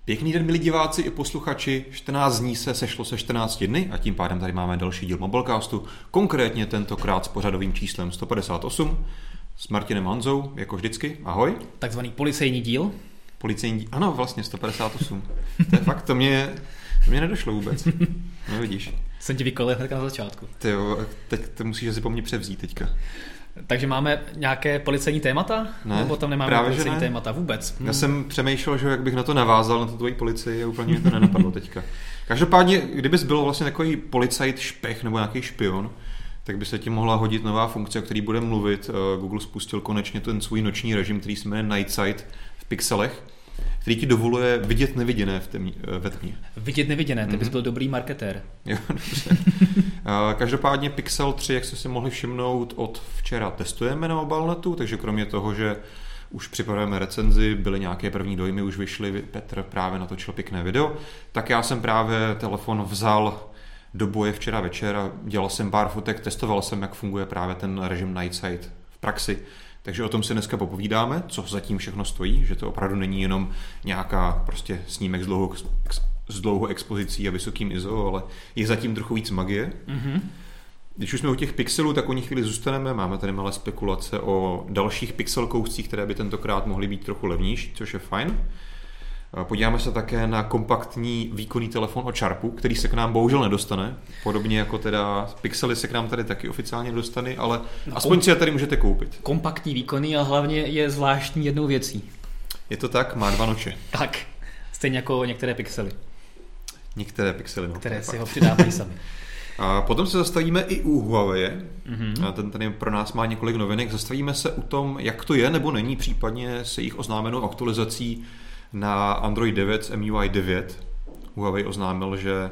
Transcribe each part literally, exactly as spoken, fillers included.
Pěkný den, milí diváci i posluchači, čtrnáct dní se sešlo se čtrnácti dny a tím pádem tady máme další díl Mobilecastu, konkrétně tentokrát s pořadovým číslem sto padesát osm, s Martinem Hanzou, jako vždycky, ahoj. Takzvaný policejní díl. Policejní díl, ano, vlastně sto padesát osm, to je fakt, to mě, to mě nedošlo vůbec, nevidíš. Jsem ti vykolil hned na začátku. Ty jo, teď to musíš asi po mně převzít teďka. Takže máme nějaké policejní témata? Ne, nebo tam nemáme právě, policejní ne. témata vůbec? Já jsem přemýšlel, že jak bych na to navázal, na tu tvoji policii, a úplně mi to nenapadlo teďka. Každopádně, kdybys byl vlastně takový policajt špech nebo nějaký špion, tak by se ti mohla hodit nová funkce, o který budeme mluvit. Google spustil konečně ten svůj noční režim, který se jmenuje Night Sight v pixelech, který ti dovoluje vidět neviděné v tmě, ve tmě. Vidět neviděné, ty bys mm-hmm. byl dobrý marketér. Jo, dobře. Každopádně Pixel tři, jak jste si mohli všimnout, od včera testujeme na Mobilenetu, takže kromě toho, že už připravujeme recenzi, byly nějaké první dojmy, už vyšly, Petr právě natočil pěkné video, tak já jsem právě telefon vzal do boje včera večer a dělal jsem pár fotek, testoval jsem, jak funguje právě ten režim Night Sight v praxi. Takže o tom si dneska popovídáme, co zatím všechno stojí, že to opravdu není jenom nějaká prostě snímek s dlouhou, s dlouhou expozicí a vysokým I S O, ale je zatím trochu víc magie. Mm-hmm. Když už jsme u těch pixelů, tak o nich chvíli zůstaneme. Máme tady malé spekulace o dalších pixel kouscích, které by tentokrát mohly být trochu levnější, což je fajn. Podíváme se také na kompaktní výkonný telefon od Sharpu, který se k nám bohužel nedostane. Podobně jako teda Pixely se k nám tady taky oficiálně dostane, ale no, aspoň kom... si je tady můžete koupit. Kompaktní, výkonný a hlavně je zvláštní jednou věcí. Je to tak, má dva noče. Tak, stejně jako některé Pixely. Některé Pixely, no. Které si ho přidávají sami. A potom se zastavíme i u Huawei. Mm-hmm. A ten tady pro nás má několik novinek. Zastavíme se u tom, jak to je nebo není, případně se jich oznámenou aktualizací na Android devět s M U I devět. Huawei oznámil, že,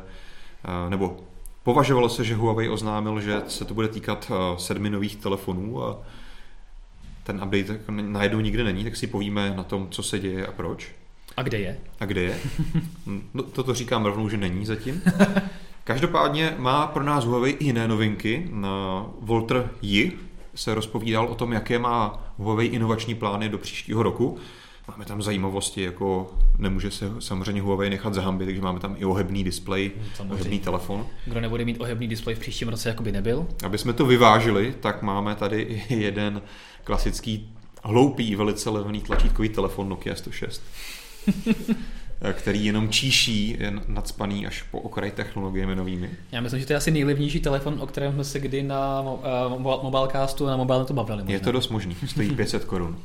nebo považovalo se, že Huawei oznámil, že se to bude týkat sedmi nových telefonů a ten update najednou nikde není, tak si povíme na tom, co se děje a proč. A kde je? A kde je? No, toto říkám rovnou, že není zatím. Každopádně má pro nás Huawei i jiné novinky. Walter Yi se rozpovídal o tom, jaké má Huawei inovační plány do příštího roku. Máme tam zajímavosti, jako nemůže se samozřejmě Huawei nechat zahambit, takže máme tam i ohebný displej, samozřejmě. Ohebný telefon. Kdo nebude mít ohebný displej v příštím roce, jako by nebyl. Aby jsme to vyvážili, tak máme tady i jeden klasický hloupý, velice levný tlačítkový telefon Nokia sto šest, který jenom číší, je nadspaný až po okraj technologiemi novými. Já myslím, že to je asi nejlevnější telefon, o kterém jsme se kdy na uh, Mobilecastu a na Mobilenetu bavili. Možná. Je to dost možný, stojí pět set korun.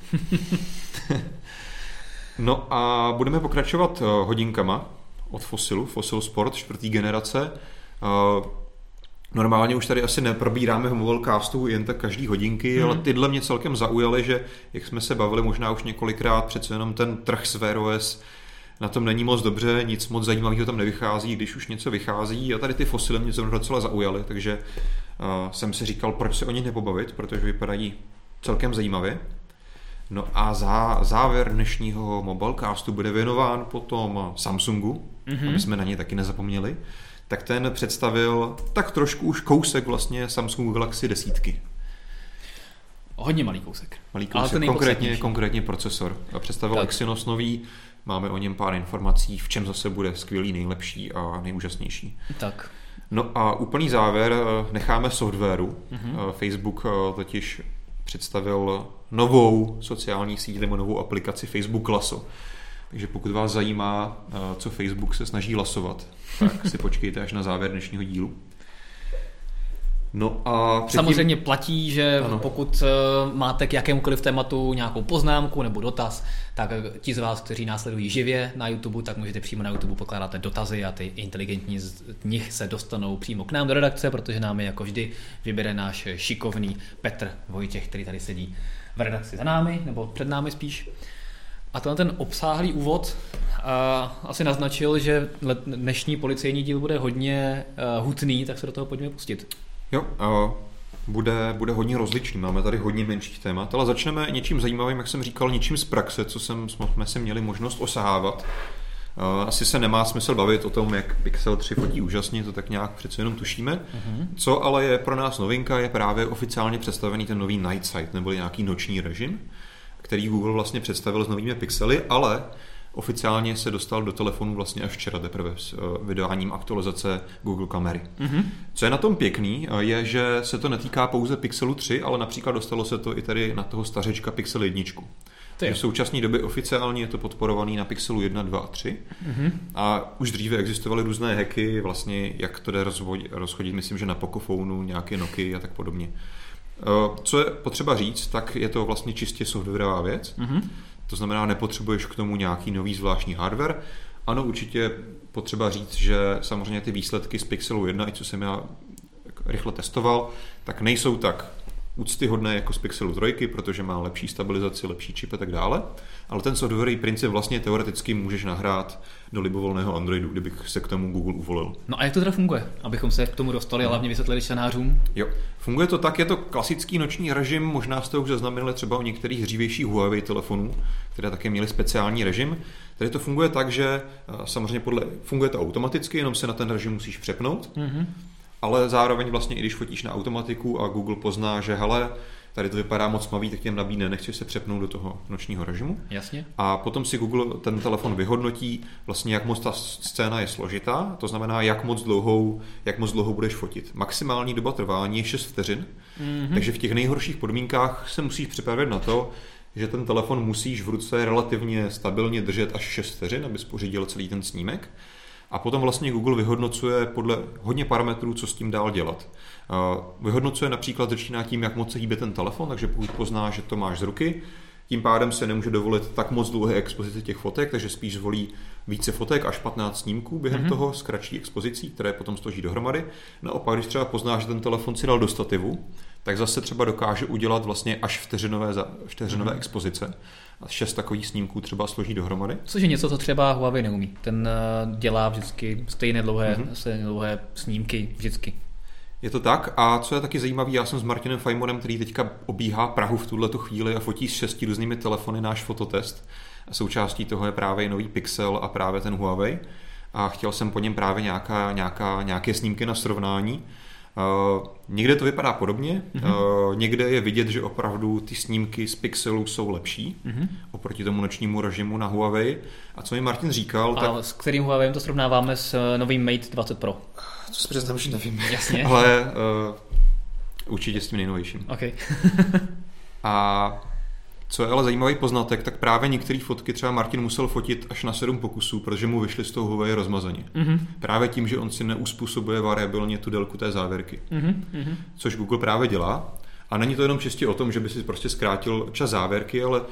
No a budeme pokračovat hodinkama od Fossilu, Fossil Sport čtvrtý generace. Normálně už tady asi neprobíráme v Mobilecastu jen tak každý hodinky, hmm. ale tyhle mě celkem zaujaly, že jak jsme se bavili možná už několikrát, přece jenom ten trh s Wear O S na tom není moc dobře, nic moc zajímavého tam nevychází, když už něco vychází a tady ty Fossily mě zrovna docela zaujaly, takže uh, jsem si říkal, proč se o nich nepobavit, protože vypadají celkem zajímavě. No a zá, závěr dnešního Mobilecastu bude věnován potom Samsungu, mm-hmm. aby jsme na něj taky nezapomněli. Tak ten představil tak trošku už kousek vlastně Samsung Galaxy desítky. Hodně malý kousek. Malý kousek, konkrétně, konkrétně procesor. A představil tak. Exynos nový, máme o něm pár informací, v čem zase bude skvělý, nejlepší a nejúžasnější. Tak. No a úplný závěr necháme softwaru. Mm-hmm. Facebook totiž představil novou sociální síť nebo novou aplikaci Facebook Lasso. Takže pokud vás zajímá, co Facebook se snaží lasovat, tak si počkejte až na závěr dnešního dílu. No a předtím... Samozřejmě platí, že ano. Pokud máte k jakémukoliv tématu nějakou poznámku nebo dotaz, tak ti z vás, kteří následují živě na YouTube, tak můžete přímo na YouTube pokládat dotazy a ty inteligentní z nich se dostanou přímo k nám do redakce, protože nám je jako vždy vybere náš šikovný Petr Vojtěch, který tady sedí v redakci za námi, nebo před námi spíš. A tenhle ten obsáhlý úvod a, asi naznačil, že dnešní policejní díl bude hodně uh, hutný, tak se do toho pojďme pustit. Jo, uh, bude, bude hodně rozličný, máme tady hodně menších témat, ale začneme něčím zajímavým, jak jsem říkal, něčím z praxe, co jsem, jsme si měli možnost osahávat. Uh, asi se nemá smysl bavit o tom, jak Pixel tři fotí úžasně, to tak nějak přece jenom tušíme. Uh-huh. Co ale je pro nás novinka, je právě oficiálně představený ten nový Night Sight, nebo nějaký noční režim, který Google vlastně představil s novými pixely, ale oficiálně se dostal do telefonu vlastně až včera teprve s vydáním aktualizace Google kamery. Mm-hmm. Co je na tom pěkný, je, že se to netýká pouze Pixelu tři, ale například dostalo se to i tady na toho stařečka Pixel jedna. V současné době oficiálně je to podporovaný na Pixelu jedna, dva a tři. Mm-hmm. A už dříve existovaly různé hacky, vlastně jak to jde rozchodit, myslím, že na Pocophonu, nějaké Nokia a tak podobně. Co je potřeba říct, tak je to vlastně čistě softwarová věc. Mm-hmm. To znamená, nepotřebuješ k tomu nějaký nový zvláštní hardware. Ano, určitě potřeba říct, že samozřejmě ty výsledky z Pixelu jedna, i co jsem já rychle testoval, tak nejsou tak úctyhodné jako z Pixelu tři, protože má lepší stabilizaci, lepší čip a tak dále, ale ten softwarový princip vlastně teoreticky můžeš nahrát do libovolného Androidu, kdybych se k tomu Google uvolil. No a jak to teda funguje, abychom se k tomu dostali a hlavně vysvětlili čtenářům? Jo, funguje to tak, je to klasický noční režim, možná jste už zaznamenali třeba u některých dřívějších Huawei telefonů, které také měly speciální režim. Tady to funguje tak, že samozřejmě podle, funguje to automaticky, jenom se na ten režim musíš přepnout. Mm-hmm. Ale zároveň vlastně, i když fotíš na automatiku a Google pozná, že hele, tady to vypadá moc tmavý, tak těm nabídne, nechceš se přepnout do toho nočního režimu. Jasně. A potom si Google ten telefon vyhodnotí, vlastně jak moc ta scéna je složitá, to znamená, jak moc dlouhou, jak moc dlouhou budeš fotit. Maximální doba trvání je šest vteřin, mm-hmm. takže v těch nejhorších podmínkách se musíš připravit na to, že ten telefon musíš v ruce relativně stabilně držet až šest vteřin, aby pořídil celý ten snímek. A potom vlastně Google vyhodnocuje podle hodně parametrů, co s tím dál dělat. Vyhodnocuje například začíná tím, jak moc se hýbe ten telefon, takže pokud pozná, že to máš z ruky, tím pádem se nemůže dovolit tak moc dlouhé expozice těch fotek, takže spíš zvolí více fotek, až patnáct snímků během mm-hmm. toho s kratší expozicí, které potom složí dohromady. Naopak, když třeba pozná, že ten telefon si dal do stativu, tak zase třeba dokáže udělat vlastně až vteřinové, vteřinové mm-hmm. expozice. A šest takových snímků třeba složí dohromady. Což je něco, co třeba Huawei neumí. Ten dělá vždycky stejné dlouhé, mm-hmm. stejné dlouhé snímky vždycky. Je to tak a co je taky zajímavé, já jsem s Martinem Fajmonem, který teďka obíhá Prahu v tuhletu chvíli a fotí s šesti různými telefony náš fototest. A součástí toho je právě nový Pixel a právě ten Huawei. A chtěl jsem po něm právě nějaká, nějaká, nějaké snímky na srovnání. Uh, někde to vypadá podobně, mm-hmm. uh, někde je vidět, že opravdu ty snímky z Pixelu jsou lepší mm-hmm. oproti tomu nočnímu režimu na Huawei. A co mi Martin říkal... A tak... s kterým Huawei to srovnáváme s novým Mate dvacet Pro? To si přiznám, že nevím. Jasně. Ale uh, určitě s tím nejnovějším. Okay. A co je ale zajímavý poznatek, tak právě některé fotky třeba Martin musel fotit až na sedm pokusů, protože mu vyšly z toho Huawei rozmazaně. Mm-hmm. Právě tím, že on si neuspůsobuje variabilně tu délku té závěrky. Mm-hmm. Což Google právě dělá. A není to jenom čistě o tom, že by si prostě zkrátil čas závěrky, ale uh,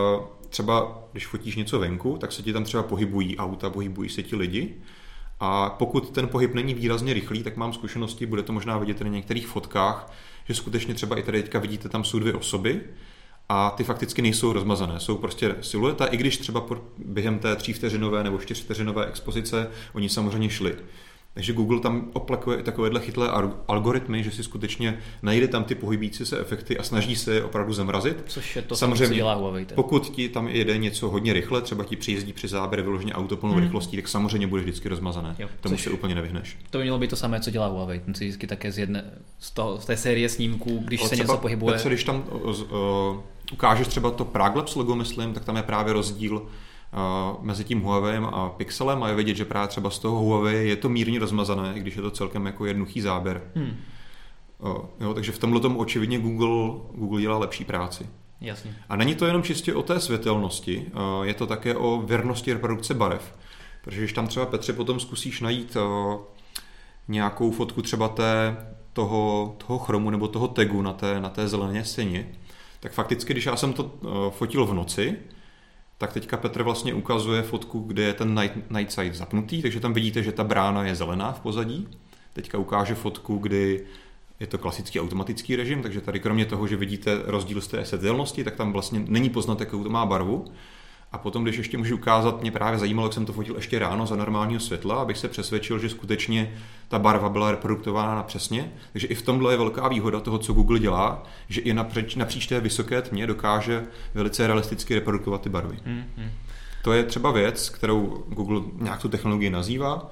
třeba když fotíš něco venku, tak se ti tam třeba pohybují auta, pohybují se ti lidi. A pokud ten pohyb není výrazně rychlý, tak mám zkušenosti, bude to možná vidět na některých fotkách, že skutečně třeba i tady teďka vidíte, tam jsou dvě osoby, a ty fakticky nejsou rozmazané, jsou prostě silueta, i když třeba během té třívteřinové nebo čtyřvteřinové expozice oni samozřejmě šli. Takže Google tam aplikuje i takovéhle chytlé algoritmy, že si skutečně najde tam ty pohybící se efekty a snaží se je opravdu zamrazit. Což je to, samozřejmě, co dělá Huawei. Pokud ti tam jede něco hodně rychle, třeba ti přijezdí při záběr vyloženě auto plnou hmm. rychlostí, tak samozřejmě bude vždycky rozmazané. Jo, tomu se úplně nevyhneš. To by mělo být to samé, co dělá Huawei. Ten si vždycky také z, jedné, z, toho, z té série snímků, když ale se něco pohybuje. Petře, když tam uh, uh, ukážeš třeba to Prague Labs logo, myslím, tak tam je právě rozdíl Uh, mezi tím Huaweiem a Pixelem a je vidět, že právě třeba z toho Huawei je to mírně rozmazané, když je to celkem jako jednoduchý záběr. Hmm. Uh, jo, takže v tomhle tomu očividně Google, Google dělá lepší práci. Jasně. A není to jenom čistě o té světelnosti, uh, je to také o věrnosti reprodukce barev. Protože když tam třeba, Petře, potom zkusíš najít uh, nějakou fotku třeba té, toho, toho chromu nebo toho tagu na té, na té zelené stěně, tak fakticky, když já jsem to uh, fotil v noci, tak teďka Petr vlastně ukazuje fotku, kde je ten night, night sight zapnutý, takže tam vidíte, že ta brána je zelená v pozadí. Teďka ukáže fotku, kdy je to klasický automatický režim, takže tady kromě toho, že vidíte rozdíl z té světelnosti, tak tam vlastně není poznat, jakou to má barvu. A potom, když ještě můžu ukázat, mě právě zajímalo, jak jsem to fotil ještě ráno za normálního světla, abych se přesvědčil, že skutečně ta barva byla reproduktována přesně. Takže i v tomhle je velká výhoda toho, co Google dělá, že i napříč, napříč té vysoké tmě dokáže velice realisticky reprodukovat ty barvy. Hmm, hmm. To je třeba věc, kterou Google nějak tu technologii nazývá.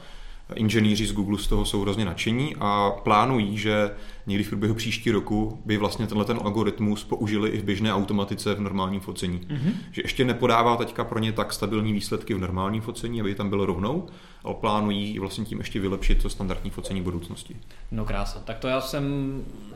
inženýři z Google z toho jsou hrozně nadšení a plánují, že někdy v průběhu příští roku by vlastně tenhle ten algoritmus použili i v běžné automatice v normálním focení. Mm-hmm. Že ještě nepodává teďka pro ně tak stabilní výsledky v normálním focení, aby tam bylo rovnou, ale plánují vlastně tím ještě vylepšit to standardní focení budoucnosti. No krása. Tak to já jsem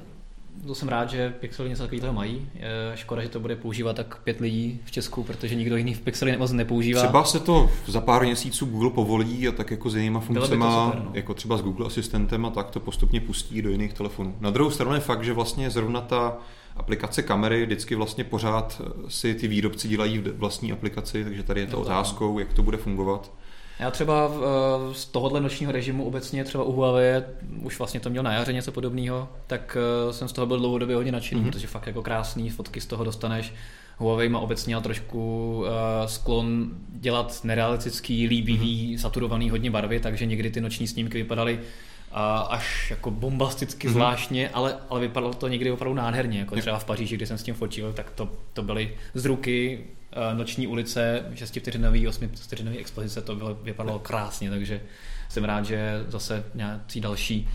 To jsem rád, že Pixely něco takového mají. Škoda, že to bude používat tak pět lidí v Česku, protože nikdo jiný v Pixely moc nepoužívá. Třeba se to za pár měsíců Google povolí a tak jako s jinýma funkcema, super, no. Jako třeba s Google asistentem a tak to postupně pustí do jiných telefonů. Na druhou stranu je fakt, že vlastně zrovna ta aplikace kamery vždycky vlastně pořád si ty výrobci dělají vlastní aplikaci, takže tady je to otázkou, jak to bude fungovat. Já třeba z tohohle nočního režimu obecně třeba u Huawei, už vlastně to měl na jaře něco podobného, tak jsem z toho byl dlouhodobě hodně nadšený, mm-hmm. protože fakt jako krásný fotky z toho dostaneš. Huawei má obecně trošku uh, sklon dělat nerealistický, líbivý, mm-hmm. saturovaný hodně barvy, takže někdy ty noční snímky vypadaly uh, až jako bombasticky mm-hmm. zvláštně, ale, ale vypadalo to někdy opravdu nádherně, jako třeba v Paříži, kdy jsem s tím fotil, tak to, to byly z ruky uh, noční ulice, šestivteřinový, osmivteřinový expozice, to bylo, vypadalo krásně, takže jsem rád, že zase nějací další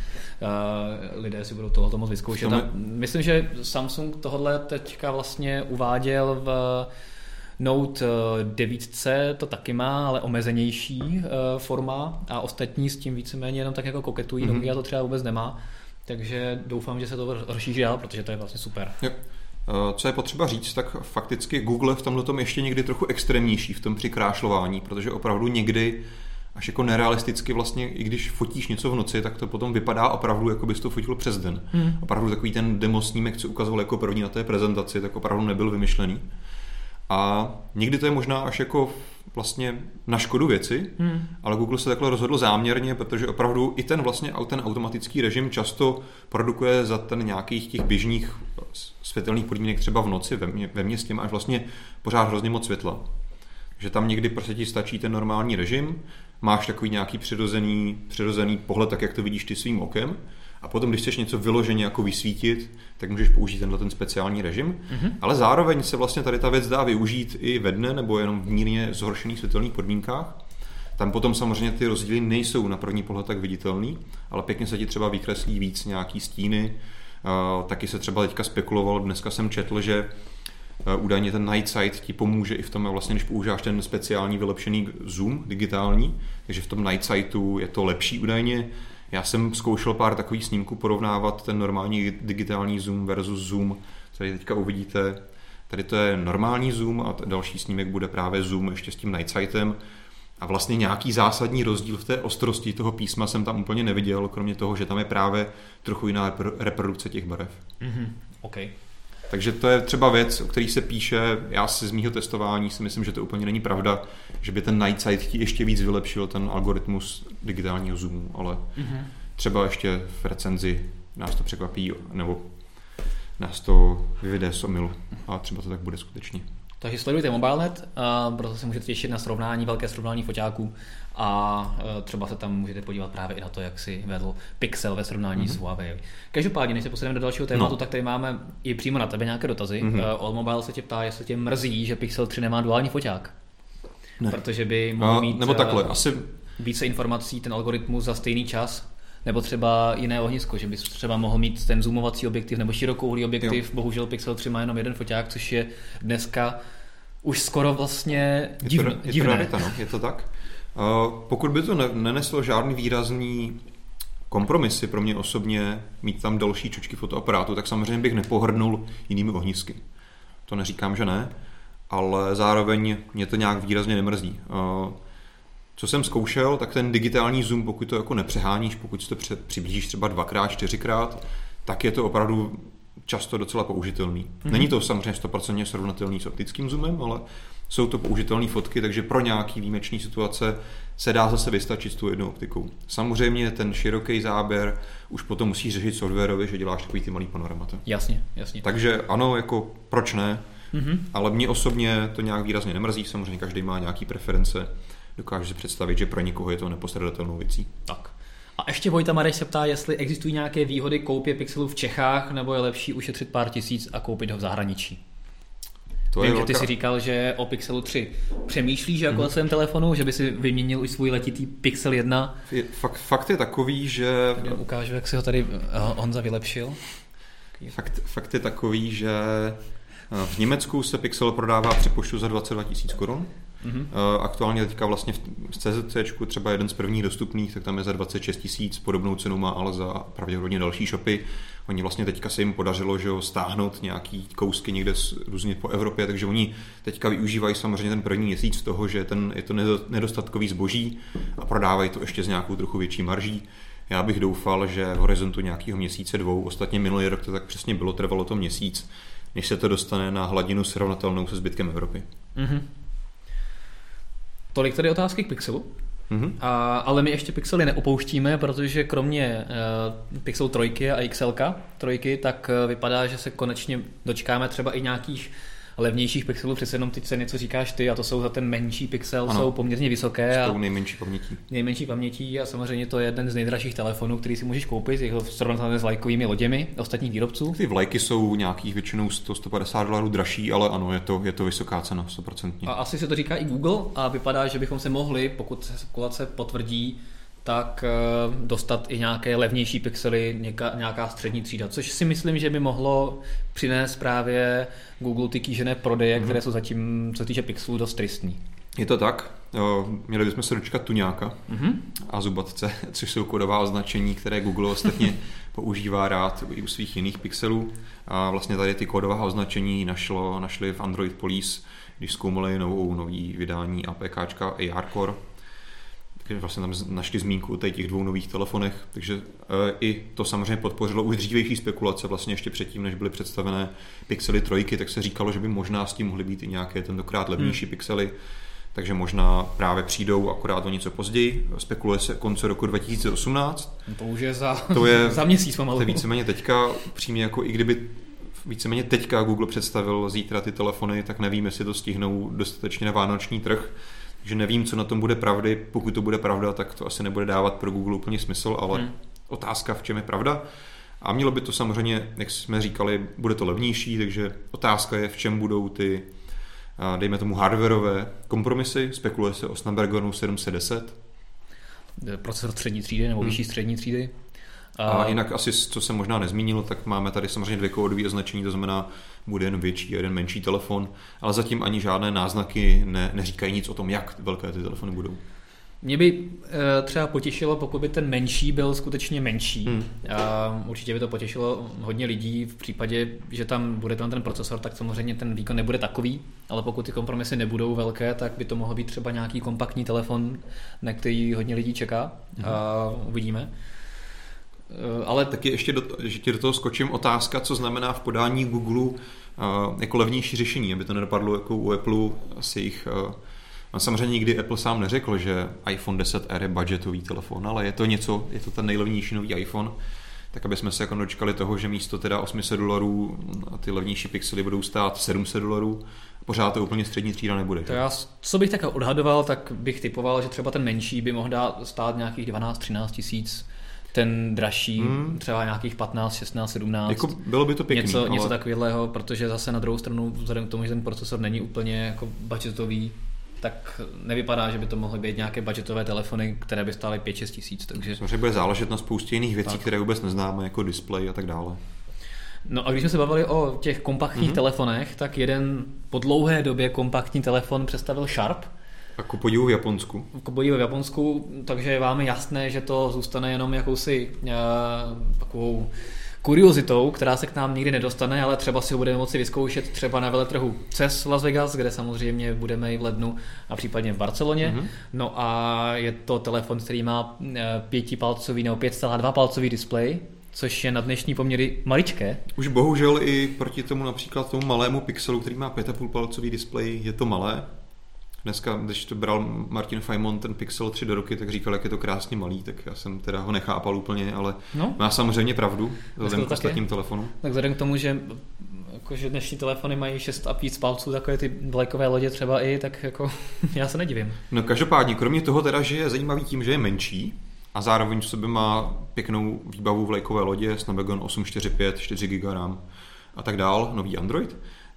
uh, lidé si budou tohoto moc vyzkoušet. Tomu... Myslím, že Samsung tohle teďka vlastně uváděl v Note devět to taky má, ale omezenější uh, forma a ostatní s tím víceméně jenom tak jako koketují, mm-hmm. Nokia to třeba vůbec nemá, takže doufám, že se to rozšíří dál, protože to je vlastně super. Jo. Co je potřeba říct, tak fakticky Google v tomhle tom ještě někdy trochu extrémnější v tom přikrášlování, protože opravdu někdy až jako nerealisticky vlastně, i když fotíš něco v noci, tak to potom vypadá opravdu, jako bys to fotil přes den. Hmm. Opravdu takový ten demo snímek, co ukazoval jako první na té prezentaci, tak opravdu nebyl vymyšlený. A někdy to je možná až jako vlastně na škodu věci, hmm. ale Google se takhle rozhodl záměrně, protože opravdu i ten vlastně ten automatický režim často produkuje za ten nějakých těch běžných světelných podmínek třeba v noci ve, mě, ve městě máš vlastně pořád hrozně moc světla. Že tam někdy prostě ti stačí ten normální režim, máš takový nějaký přirozený, přirozený pohled, tak jak to vidíš ty svým okem, a potom, když chceš něco vyloženě jako vysvítit, tak můžeš použít tenhle ten speciální režim, mm-hmm. ale zároveň se vlastně tady ta věc dá využít i ve dne nebo jenom v mírně zhoršených světelných podmínkách. Tam potom samozřejmě ty rozdíly nejsou na první pohled tak viditelný, ale pěkně se ti třeba vykreslí víc nějaký stíny. Uh, taky se třeba teďka spekulovalo, dneska jsem četl, že uh, údajně ten Night Sight ti pomůže i v tom, vlastně, když používáš ten speciální vylepšený zoom digitální, takže v tom Night Sightu je to lepší údajně. Já jsem zkoušel pár takových snímků porovnávat ten normální digitální zoom versus zoom, který teďka uvidíte. Tady to je normální zoom a další snímek bude právě zoom ještě s tím Night Sightem. A vlastně nějaký zásadní rozdíl v té ostrosti toho písma jsem tam úplně neviděl, kromě toho, že tam je právě trochu jiná reprodukce těch barev. Mm-hmm. Okay. Takže to je třeba věc, o který se píše, já si z mýho testování si myslím, že to úplně není pravda, že by ten Night Sight ti ještě víc vylepšil ten algoritmus digitálního zoomu, ale mm-hmm. třeba ještě v recenzi nás to překvapí, nebo nás to vyvede z omylu a třeba to tak bude skutečně. Takže sledujte MobileNet, proto se můžete těšit na srovnání, velké srovnání foťáků a třeba se tam můžete podívat právě i na to, jak si vedl Pixel ve srovnání mm-hmm. s Huawei. Každopádně, než se posuneme do dalšího tématu, no. tak tady máme i přímo na tebe nějaké dotazy. Mm-hmm. All Mobile se tě ptá, jestli tě mrzí, že Pixel tři nemá duální foťák. Ne. Protože by mohl mít nebo takhle, asi... více informací, ten algoritmus za stejný čas, nebo třeba jiné ohnisko, že bys třeba mohl mít ten zoomovací objektiv nebo širokouhlý objektiv. Jo. Bohužel Pixel tři má jenom jeden foťák, což je dneska už skoro vlastně divné. Je to, je to realita, no, je to tak. Uh, pokud by to ne, neneslo žádný výrazný kompromisy pro mě osobně mít tam další čočky fotoaparátu, tak samozřejmě bych nepohrdnul jinými ohnisky. To neříkám, že ne, ale zároveň mě to nějak výrazně nemrzí. Uh, Co jsem zkoušel, tak ten digitální zoom, pokud to jako nepřeháníš, pokud si to přiblížíš třeba dvakrát, čtyřikrát, tak je to opravdu často docela použitelný. Mm-hmm. Není to samozřejmě sto procent srovnatelný s optickým zoomem, ale jsou to použitelné fotky, takže pro nějaký výjimečný situace se dá zase vystačit s tou jednou optikou. Samozřejmě ten široký záběr už potom musíš řešit softwarově, že děláš takový ty malý panoramata. Jasně, jasně. Takže ano, jako proč ne, mm-hmm. ale mě osobně to nějak výrazně nemrzí, samozřejmě každý má nějaký preference. Dokážu si představit, že pro někoho je to nepostradatelnou věcí. Tak. A ještě Vojta Mareš se ptá, jestli existují nějaké výhody koupě Pixelu v Čechách, nebo je lepší ušetřit pár tisíc a koupit ho v zahraničí. To Vím, je že ty velká... si říkal, že o Pixelu tři přemýšlíš jako mm-hmm. o svém telefonu, že by si vyměnil už svůj letitý Pixel jedna. Je, fakt, fakt je takový, že... Já ukážu, jak si ho tady Honza vylepšil. Fakt, fakt je takový, že v Německu se Pixel prodává při poštu za dvacet dva tisíc korun. Mm-hmm. Aktuálně teďka vlastně v C Z C čku třeba jeden z prvních dostupných, tak tam je za dvacet šest tisíc, podobnou cenu má ale za pravděpodobně další shopy. Oni vlastně teďka se jim podařilo, že ho stáhnout nějaký kousky někde různě po Evropě, takže oni teďka využívají samozřejmě ten první měsíc toho, že ten, je to nedostatkový zboží a prodávají to ještě s nějakou trochu větší marží. Já bych doufal, že v horizontu nějakého měsíce dvou, ostatně minulý rok to tak přesně bylo, trvalo to měsíc, než se to dostane na hladinu srovnatelnou se zbytkem Evropy. Mm-hmm. Tolik tady otázky k Pixelu, mm-hmm. a, ale my ještě Pixely neopouštíme, protože kromě uh, Pixel tři a X L tři, tak uh, vypadá, že se konečně dočkáme třeba i nějakých levnějších pixelů, přece jenom ty ceny, co říkáš ty, a to jsou za ten menší pixel, ano, jsou poměrně vysoké. S tou nejmenší pamětí. Nejmenší pamětí a samozřejmě to je jeden z nejdražších telefonů, který si můžeš koupit, jeho srovnatelné s vlajkovými loděmi ostatních výrobců. Ty vlajky jsou nějakých většinou sto až sto padesát dolarů dražší, ale ano, je to, je to vysoká cena, sto procent. A asi se to říká i Google a vypadá, že bychom se mohli, pokud se spekulace potvrdí, tak dostat i nějaké levnější pixely, nějaká, nějaká střední třída, což si myslím, že by mohlo přinést právě Google ty kýžené prodeje, mm-hmm. které jsou zatím, co se týče pixelů, dost tristní. Je to tak. Měli bychom se dočkat tuňáka mm-hmm. a zubatce, což jsou kodová označení, které Google ostatně používá rád i u svých jiných pixelů. A vlastně tady ty kodová označení našlo, našli v Android Police, když zkoumali novou, nový vydání APKčka A R Core. Takže vlastně tam našli zmínku o těch dvou nových telefonech, takže e, i to samozřejmě podpořilo už dřívější spekulace, vlastně ještě předtím, než byly představené Pixely trojky, tak se říkalo, že by možná s tím mohly být i nějaké tentokrát levnější hmm. Pixely, takže možná právě přijdou akorát o něco později, spekuluje se konce roku dva tisíce osmnáct. To už je za, to je, za měsíc pomalu. To je víceméně teďka, přímě jako i kdyby víceméně teďka Google představil zítra ty telefony, tak nevím, jestli to stihnou dostatečně na vánoční trh. Takže nevím, co na tom bude pravdy. Pokud to bude pravda, tak to asi nebude dávat pro Google úplně smysl, ale hmm. otázka, v čem je pravda. A mělo by to samozřejmě, jak jsme říkali, bude to levnější, takže otázka je, v čem budou ty, dejme tomu, hardwareové kompromisy. Spekuluje se o Snapdragonu sedm set deset. Procesor střední třídy nebo hmm. vyšší střední třídy. A jinak asi, co jsem možná nezmínil, tak máme tady samozřejmě dvě kódové označení, to znamená, bude jen větší a jeden menší telefon, ale zatím ani žádné náznaky ne, neříkají nic o tom, jak velké ty telefony budou. Mě by e, třeba potěšilo, pokud by ten menší byl skutečně menší. Hmm. A určitě by to potěšilo hodně lidí v případě, že tam bude tam ten procesor, tak samozřejmě ten výkon nebude takový, ale pokud ty kompromisy nebudou velké, tak by to mohlo být třeba nějaký kompaktní telefon, na který hodně lidí čeká. Hmm. A uvidíme. Ale taky ještě do, že ti do toho skočím otázka, co znamená v podání Google uh, jako levnější řešení, aby to nedopadlo jako u Apple asi jich... Uh, samozřejmě nikdy Apple sám neřekl, že iPhone deset R je budgetový telefon, ale je to něco, je to ten nejlevnější nový iPhone, tak aby jsme se jako dočkali toho, že místo teda osm set dolarů a ty levnější pixely budou stát sedm set dolarů, pořád to úplně střední třída nebude. To já, co bych tak odhadoval, tak bych typoval, že třeba ten menší by mohl dát stát nějakých dvanáct třináct tisíc, ten dražší, hmm. třeba nějakých patnáct, šestnáct, sedmnáct. Jako bylo by to pěkný. Něco, ale... něco takového, protože zase na druhou stranu, vzhledem k tomu, že ten procesor není úplně jako budgetový, tak nevypadá, že by to mohly být nějaké budgetové telefony, které by stály pět šest tisíc. Takže... Samozřejmě bude záležet na spoustě jiných věcí, tak. které vůbec neznáme, jako displej a tak dále. No a když jsme se bavili o těch kompaktních mm-hmm. telefonech, tak jeden po dlouhé době kompaktní telefon představil Sharp. A ku podivu v Japonsku. Ku podivu v Japonsku, takže je vám jasné, že to zůstane jenom jakousi uh, takovou kuriozitou, která se k nám nikdy nedostane, ale třeba si ho budeme moci vyzkoušet třeba na veletrhu C E S Las Vegas, kde samozřejmě budeme i v lednu a případně v Barceloně. Mm-hmm. No a je to telefon, který má pětipalcový nebo pět celá dva palcový displej, což je na dnešní poměry maličké. Už bohužel i proti tomu například tomu malému Pixelu, který má pět a půl palcový displej, je to malé. Dneska, když to bral Martin Fajmon ten Pixel tři do ruky, tak říkal, jak je to krásně malý, tak já jsem teda ho nechápal úplně, ale no. má samozřejmě pravdu vzhledem k ostatním telefonům. Tak vzhledem k tomu, že, jako, že dnešní telefony mají šest a víc palců, takové ty vlajkové lodě třeba i, tak jako já se nedivím. No každopádně, kromě toho teda, že je zajímavý tím, že je menší a zároveň v sobě má pěknou výbavu vlajkové lodě, Snapdragon osm čtyřicet pět, čtyři giga RAM a tak dál, nový Android,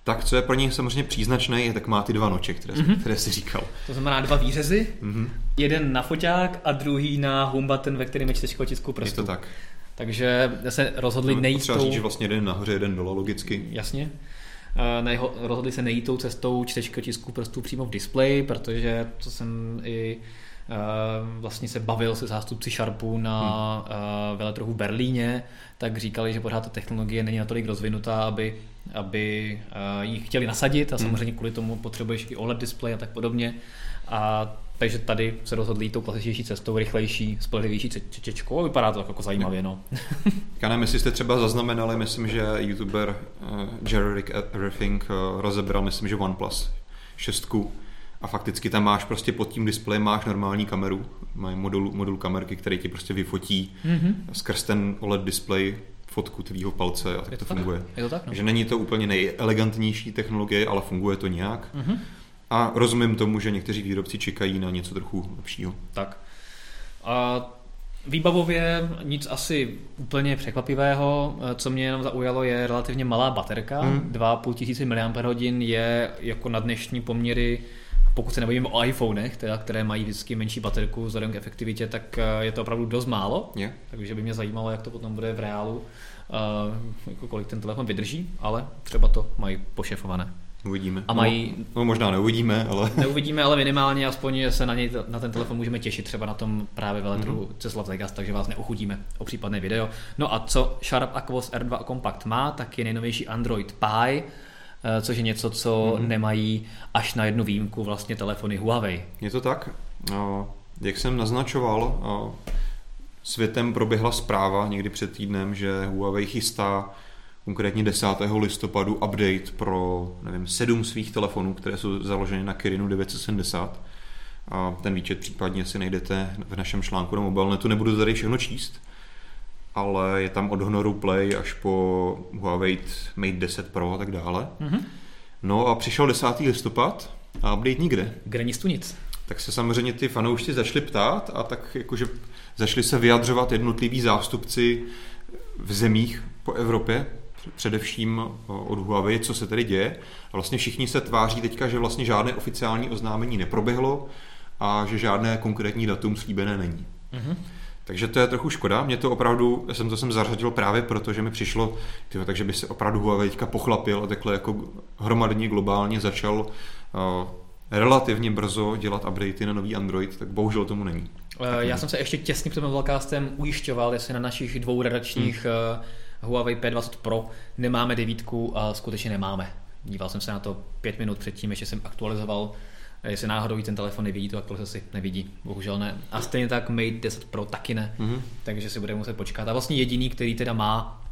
Tak co je pro něj samozřejmě příznačné, tak má ty dva noče, které, mm-hmm. které jsi říkal. To znamená dva výřezy, mm-hmm. jeden na foťák a druhý na home button, ve kterém je čtečko otisku prstů. Je to tak. Takže se rozhodli no, nejít tou... Třeba říct, že vlastně jeden nahoře, jeden dole logicky. Jasně. Neho, rozhodli se nejít tou cestou čtečky otisků prstů přímo v displeji, protože to jsem i vlastně se bavil se zástupci Sharpu na hmm. veletrhu v Berlíně, tak říkali, že pořád ta technologie není natolik rozvinutá, aby, aby ji chtěli nasadit a samozřejmě hmm. kvůli tomu potřebuješ i O L E D display a tak podobně. A takže tady se rozhodli tou klasičnější cestou, rychlejší, spolehlivější čtečkou a vypadá to tak jako zajímavě. No. Já nevím, jestli jste třeba zaznamenali, myslím, že youtuber uh, Jerry Rick Everything uh, rozebral, myslím, že OnePlus šestku. A fakticky tam máš prostě pod tím displejem máš normální kameru, mají modul, modul kamerky, který ti prostě vyfotí mm-hmm. skrz ten O L E D display fotku tvýho palce a tak je to, to funguje. Tak? Je to tak, no. Že není to úplně nejelegantnější technologie, ale funguje to nějak. Mm-hmm. A rozumím tomu, že někteří výrobci čekají na něco trochu lepšího. Tak. A výbavově nic asi úplně překvapivého, co mě jenom zaujalo, je relativně malá baterka. Hmm. dva a půl tisíce miliampérhodin je jako na dnešní poměry, pokud se nebavíme o iPhonech, teda, které mají vždycky menší baterku vzhledem k efektivitě, tak je to opravdu dost málo. Yeah. Takže by mě zajímalo, jak to potom bude v reálu, uh, jako kolik ten telefon vydrží, ale třeba to mají pošefované. Uvidíme. A mají... no, no možná neuvidíme, ale... Neuvidíme, ale minimálně aspoň se na něj, na ten telefon můžeme těšit třeba na tom právě veletrhu mm-hmm. Cez Las Vegas, takže vás neuchudíme o případné video. No a co Sharp Aquos R dva Compact má, tak je nejnovější Android Pie, což je něco, co mm-hmm. nemají až na jednu výjimku vlastně telefony Huawei. Je to tak. No, jak jsem naznačoval, světem proběhla zpráva někdy před týdnem, že Huawei chystá konkrétně desátého listopadu update pro, nevím, sedm svých telefonů, které jsou založeny na Kirinu devět set sedmdesát. A ten výčet případně si najdete v našem článku na Mobilnetu. Nebudu tady všechno číst, ale je tam od Honoru Play až po Huawei Mate deset Pro a tak dále. Mm-hmm. No a přišel desátý listopad a update nikde. Kde nic tu nic. Tak se samozřejmě ty fanoušci začali ptát a tak jakože začali se vyjadřovat jednotliví zástupci v zemích po Evropě, především od Huawei, co se tedy děje. A vlastně všichni se tváří teďka, že vlastně žádné oficiální oznámení neproběhlo a že žádné konkrétní datum slíbené není. Mm-hmm. Takže to je trochu škoda. Mě to opravdu, jsem to jsem zařadil právě proto, že mi přišlo, tyjo, takže by se opravdu Huawei teďka pochlapil a takhle jako hromadně globálně začal uh, relativně brzo dělat updaty na nový Android, tak bohužel tomu není. Uh, já jsem se ještě těsně před mobilcastem ujišťoval, jestli na našich dvou redakčních hmm. uh, Huawei P dvacet Pro nemáme devítku a skutečně nemáme. Díval jsem se na to pět minut předtím, ještě jsem aktualizoval, jestli náhodou ten telefon nevidí, to aktualizaci nevidí, bohužel ne. A stejně tak Mate deset Pro taky ne, mm-hmm. takže si budeme muset počkat. A vlastně jediný, který teda má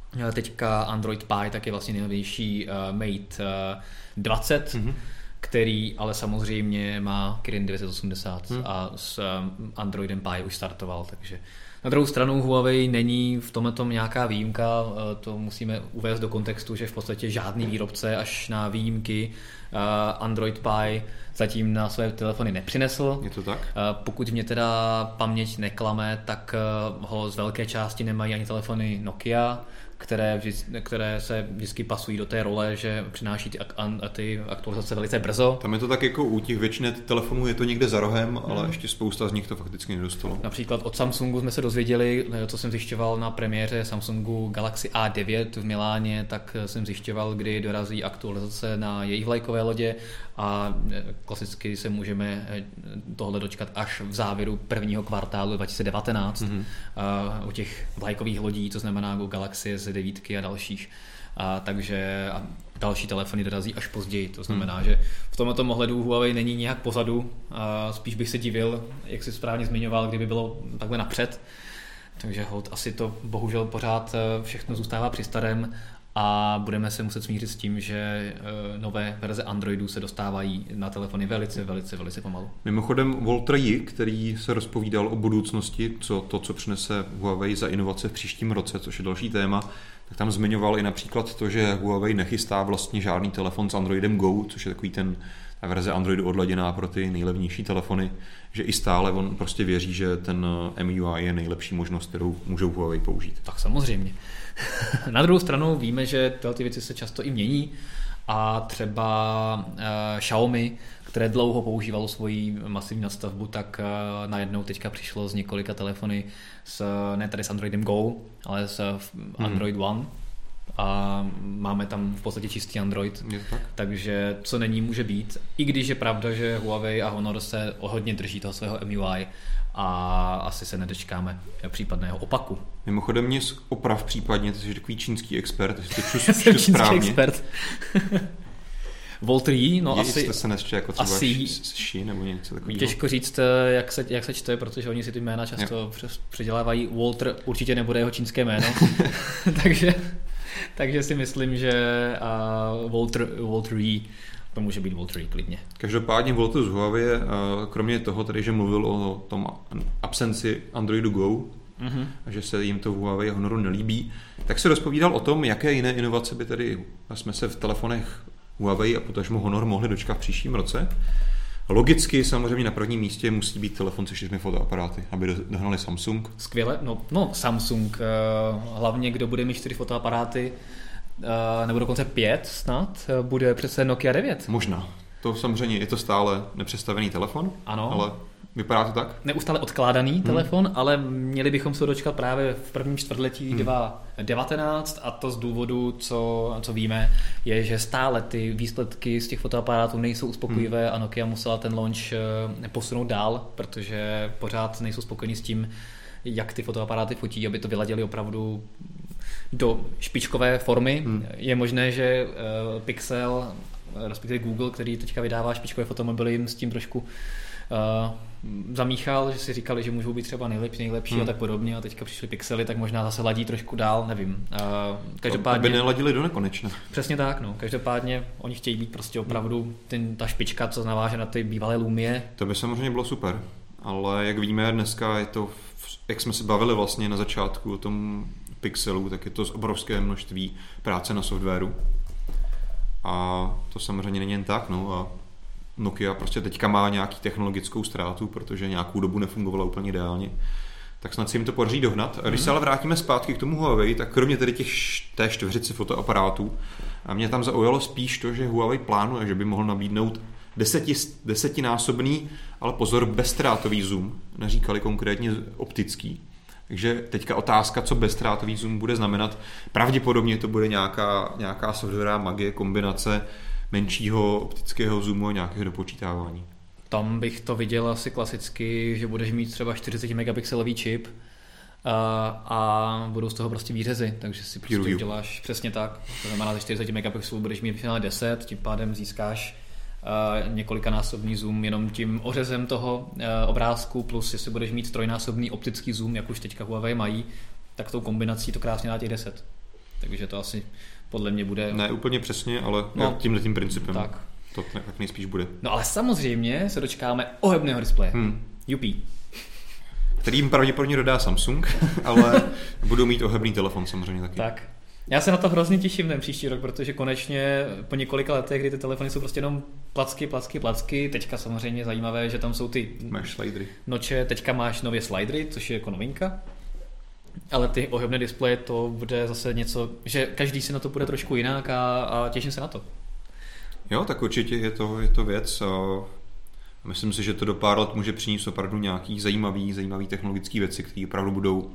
teďka Android Pie, tak je vlastně nejnovější uh, Mate uh, dvacet, mm-hmm. který ale samozřejmě má Kirin devět set osmdesát mm. a s um, Androidem Pie už startoval, takže na druhou stranu Huawei není v tomhle tom nějaká výjimka, to musíme uvést do kontextu, že v podstatě žádný výrobce až na výjimky Android Pie zatím na své telefony nepřinesl. Je to tak? Pokud mě teda paměť neklame, tak ho z velké části nemají ani telefony Nokia, které, které se vždycky pasují do té role, že přináší ty, ty aktualizace velice brzo. Tam je to tak jako u těch většině telefonů je to někde za rohem, ale hmm. ještě spousta z nich to fakticky nedostalo. Například od Samsungu jsme se dozvěděli, co jsem zjišťoval na premiéře Samsungu Galaxy A devět v Miláně, tak jsem zjišťoval, kdy dorazí aktualizace na jejich vlajkové lodě a klasicky se můžeme tohle dočkat až v závěru prvního kvartálu dva tisíce devatenáct hmm. u těch vlajkových lodí, to znamená u Galaxy z devítky a dalších. A takže a další telefony dorazí až později. To znamená, hmm. že v tomto ohledu Huawei není nějak pozadu. A spíš bych se divil, jak jsi správně zmiňoval, kdyby bylo takhle napřed. Takže hold, asi to bohužel pořád všechno zůstává při starém a budeme se muset smířit s tím, že nové verze Androidu se dostávají na telefony velice, velice, velice pomalu. Mimochodem Walter Yee, který se rozpovídal o budoucnosti, co to, co přinese Huawei za inovace v příštím roce, což je další téma, tak tam zmiňoval i například to, že Huawei nechystá vlastně žádný telefon s Androidem Go, což je takový ten ta verze Androidu odladěná pro ty nejlevnější telefony, že i stále on prostě věří, že ten M U I je nejlepší možnost, kterou můžou Huawei použít. Tak samozřejmě. Na druhou stranu víme, že tyhle ty věci se často i mění a třeba uh, Xiaomi, které dlouho používalo svoji masivní nadstavbu, tak uh, najednou teďka přišlo s několika telefony s, ne tady s Androidem Go, ale s Android hmm. One. A máme tam v podstatě čistý Android, tak. Takže co není, může být. I když je pravda, že Huawei a Honor se hodně drží toho svého M U I a asi se nedočkáme případného opaku. Mimochodem mě oprav případně, ty jsi takový čínský expert, jestli to čtu, čtu správně. Expert. Volt tři, no je, asi... Jste se nesče jako třeba asi, ši nebo něco takového? Těžko říct, jak se, jak se čte, protože oni si ty jména často jo. předělávají. Walter určitě nebude jeho čínské jméno, takže... Takže si myslím, že uh, Walter, Walter E, to může být Walter E klidně. Každopádně Walter z Huawei, uh, kromě toho tady, že mluvil o tom absenci Androidu Go, mm-hmm. a že se jim to Huawei a Honoru nelíbí, tak se rozpovídal o tom, jaké jiné inovace by tady jsme se v telefonech Huawei a potažmo Honor mohli dočkat v příštím roce. Logicky samozřejmě na prvním místě musí být telefon se čtyřmi fotoaparáty, aby dohnali Samsung. Skvěle, no, no Samsung, hlavně kdo bude mít čtyři fotoaparáty, nebo dokonce pět snad, bude přece Nokia devět. Možná, to samozřejmě je to stále nepředstavený telefon, ano. Ale vypadá to tak? Neustále odkládaný hmm. telefon, ale měli bychom se dočkat právě v prvním čtvrtletí hmm. dva tisíce devatenáct a to z důvodu, co, co víme, je, že stále ty výsledky z těch fotoaparátů nejsou uspokojivé hmm. a Nokia musela ten launch posunout dál, protože pořád nejsou spokojení s tím, jak ty fotoaparáty fotí, aby to vyladili opravdu do špičkové formy. Hmm. Je možné, že uh, Pixel, respektive Google, který teďka vydává špičkové fotomobily, jim s tím trošku Uh, zamíchal, že si říkali, že můžou být třeba nejlepší, nejlepší hmm. a tak podobně a teďka přišly Pixely, tak možná zase ladí trošku dál, nevím. Uh, každopádně... Aby neladili do nekonečna. Přesně tak, no. Každopádně oni chtějí být prostě opravdu ten, ta špička, co naváže na ty bývalé Lumie. To by samozřejmě bylo super, ale jak vidíme dneska je to, jak jsme se bavili vlastně na začátku o tom Pixelu, tak je to z obrovské množství práce na softwaru a to samozřejmě není jen tak, no a Nokia prostě teďka má nějaký technologickou ztrátu, protože nějakou dobu nefungovala úplně ideálně. Tak snad si jim to podaří dohnat. A když se ale vrátíme zpátky k tomu Huawei, tak kromě tedy těch té čtveřici fotoaparátů, a mě tam zaujalo spíš to, že Huawei plánuje, že by mohl nabídnout deseti, desetinásobný, ale pozor, bezztrátový zoom. Neříkali konkrétně optický. Takže teďka otázka, co bezztrátový zoom bude znamenat. Pravděpodobně to bude nějaká, nějaká softwarová magie, kombinace menšího optického zoomu a nějakého dopočítávání. Tam bych to viděl asi klasicky, že budeš mít třeba čtyřicet megapixelový čip a, a budou z toho prostě výřezy, takže si prostě Pure uděláš přesně tak. To znamená, že čtyřicet megapixelů budeš mít finále deset, tím pádem získáš uh, několikanásobný zoom jenom tím ořezem toho uh, obrázku, plus jestli budeš mít trojnásobný optický zoom, jak už teďka Huawei mají, tak tou kombinací to krásně dá těch deset. Takže to asi podle mě bude... Ne úplně přesně, ale no, tímhle tím principem. Tak. To tak nejspíš bude. No ale samozřejmě se dočkáme ohebného displeje. Hmm. Jupi. Který jim pravděpodobně dodá Samsung, ale budou mít ohebný telefon samozřejmě taky. Tak. Já se na to hrozně těším ten příští rok, protože konečně po několika letech, kdy ty telefony jsou prostě jenom placky, placky, placky, teďka samozřejmě zajímavé, že tam jsou ty... Máš slidery. Noče, teďka máš nově slidery, což je jako novinka. Ale ty ohebné displeje, to bude zase něco, že každý si na to bude trošku jinak a, a těším se na to. Jo, tak určitě je to, je to věc. Myslím si, že to do pár let může přinést opravdu nějaký zajímavý, zajímavý technologické věci, které opravdu budou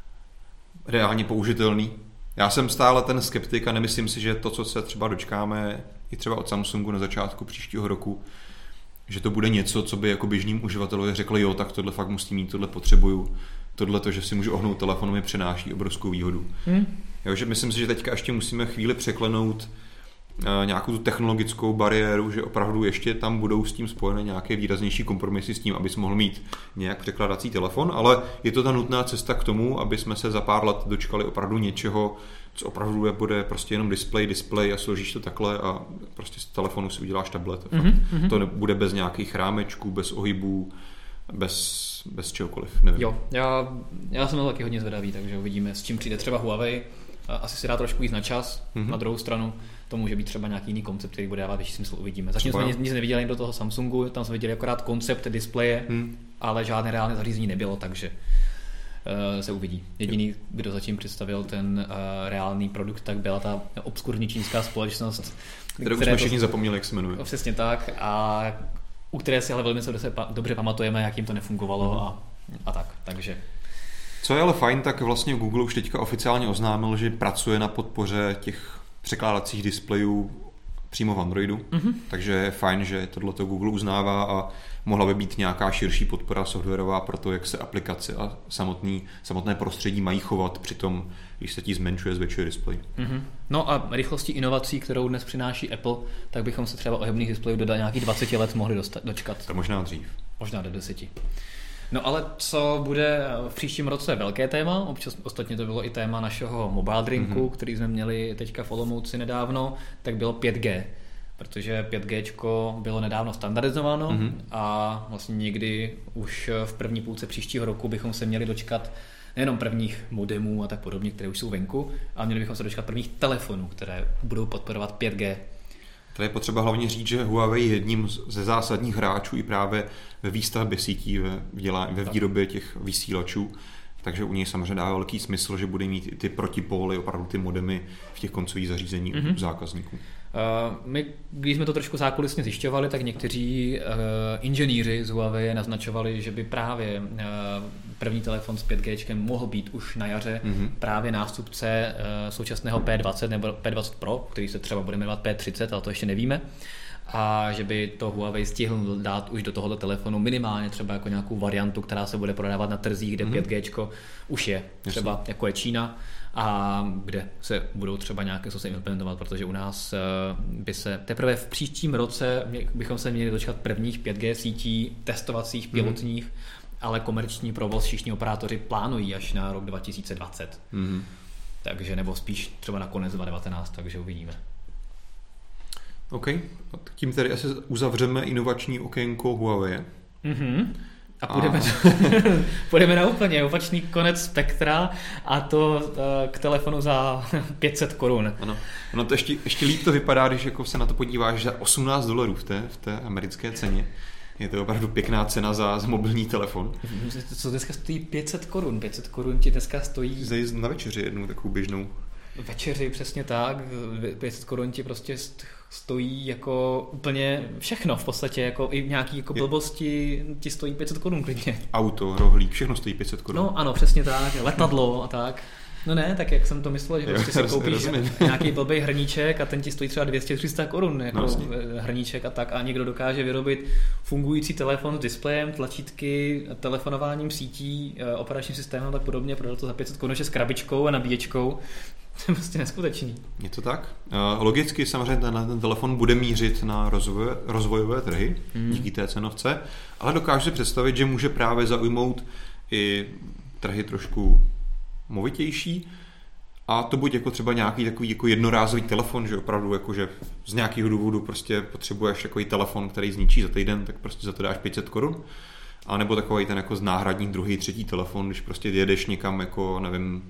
reálně použitelný. Já jsem stále ten skeptik a nemyslím si, že to, co se třeba dočkáme i třeba od Samsungu na začátku příštího roku, že to bude něco, co by jako běžným uživatelům řekli, jo, tak tohle fakt musím mít, tohle potřebuju. Tohle to, že si můžu ohnout telefon, mi přináší obrovskou výhodu. Hmm. Jo, že myslím si, že teďka ještě musíme chvíli překlenout uh, nějakou tu technologickou bariéru, že opravdu ještě tam budou s tím spojené nějaké výraznější kompromisy s tím, aby jsme mohl mít nějak překladací telefon, ale je to ta nutná cesta k tomu, aby jsme se za pár let dočkali opravdu něčeho, co opravdu je, bude prostě jenom display, display a složíš to takhle a prostě z telefonu si uděláš tablet. Mm-hmm. To bude bez nějakých rámečků, bez ohybů, bez, bez čehokoliv, nevím. Jo, já, já jsem taky hodně zvedavý, takže uvidíme, s čím přijde třeba Huawei. Asi si dá trošku víc na čas, mm-hmm. Na druhou stranu to může být třeba nějaký jiný koncept, který bude dávat větší smysl, uvidíme. Zatím jsme nic, nic neviděli do toho Samsungu, tam jsme viděli akorát koncept displeje, mm. ale žádné reálné zařízení nebylo, takže se uvidí. Jediný, kdo zatím představil ten reálný produkt, tak byla ta obskurní čínská společnost, kterou jsme všichni zapomněli, jak se jmenuje. Přesně tak, a u které si ale velmi dobře pamatujeme, jak jim to nefungovalo mm. a, a tak, takže... Co je ale fajn, tak vlastně Google už teďka oficiálně oznámil, že pracuje na podpoře těch překládacích displejů přímo v Androidu, mm-hmm. takže je fajn, že tohleto Google uznává a mohla by být nějaká širší podpora softwarová pro to, jak se aplikace a samotný, samotné prostředí mají chovat při tom, když se ti zmenšuje, zvětšuje displej. Mm-hmm. No a rychlostí inovací, kterou dnes přináší Apple, tak bychom se třeba ohebných displejů do nějakých dvacet let mohli dostat, dočkat. To možná dřív. Možná do deseti. No ale co bude v příštím roce velké téma, občas ostatně to bylo i téma našeho mobile drinku, mm-hmm. který jsme měli teďka v Olomouci nedávno, tak bylo pět G, protože pět G bylo nedávno standardizováno mm-hmm. a vlastně někdy už v první půlce příštího roku bychom se měli dočkat nejenom prvních modemů a tak podobně, které už jsou venku, ale měli bychom se dočkat prvních telefonů, které budou podporovat pět G. Tady je potřeba hlavně říct, že Huawei je jedním ze zásadních hráčů i právě ve výstavbě sítí, ve, ve výrobě těch vysílačů, takže u něj samozřejmě dává velký smysl, že bude mít i ty protipóly, opravdu ty modemy v těch koncových zařízeních mm-hmm. zákazníků. Uh, my, když jsme to trošku zákulisně zjišťovali, tak někteří uh, inženýři z Huawei naznačovali, že by právě uh, první telefon s pět G mohl být už na jaře mm-hmm. právě nástupce uh, současného P dvacet nebo P dvacet Pro, který se třeba bude jmenovat P třicet, ale to ještě nevíme. A že by to Huawei stihl dát už do tohoto telefonu minimálně třeba jako nějakou variantu, která se bude prodávat na trzích, kde mm-hmm. pět G už je, třeba Jasně. jako je Čína, a kde se budou třeba nějaké způsoby implementovat, protože u nás by se teprve v příštím roce bychom se měli dočkat prvních pět G sítí, testovacích, pilotních, mm-hmm. ale komerční provoz všichni operátoři plánují až na rok dva tisíce dvacet. Mm-hmm. Takže nebo spíš třeba na konec dva tisíce devatenáct, takže uvidíme. OK, tím tedy asi uzavřeme inovační okénko Huawei. Mm-hmm. A půjdeme, a... půjdeme na úplně opačný konec spektra, a to k telefonu za pět set korun. Ano, ono to ještě, ještě líp to vypadá, když jako se na to podíváš za osmnáct dolarů v té, v té americké ceně. Je to opravdu pěkná cena za, za mobilní telefon. Co dneska stojí pět set korun? pět set korun ti dneska stojí... Zajízd na večeři jednu takovou běžnou. Večeři, přesně tak. pět set korun ti prostě stojí jako úplně všechno v podstatě, jako i nějaký jako blbosti ti stojí pět set korun klidně. Auto, rohlík, všechno stojí pět set korun. No ano, přesně tak, letadlo a tak. No ne, tak jak jsem to myslel, že prostě si koupíš rozumím. nějaký blbej hrníček a ten ti stojí třeba dvě stě tři sta korun jako no, hrníček a tak, a někdo dokáže vyrobit fungující telefon s displejem, tlačítky, telefonováním sítí, operačním systémem a tak podobně, prodal to za pět set korun s krabičkou a nabíječkou. To je prostě neskutečný. Je to tak? Logicky samozřejmě ten, ten telefon bude mířit na rozvojové, rozvojové trhy hmm. díky té cenovce, ale dokážu si představit, že může právě zaujmout i trhy trošku movitější, a to buď jako třeba nějaký takový jako jednorázový telefon, že opravdu jako, že z nějakého důvodu prostě potřebuješ jako telefon, který zničí za týden, tak prostě za to dáš pět set korun. A nebo takový ten jako náhradní druhý, třetí telefon, když prostě jedeš někam jako, nevím,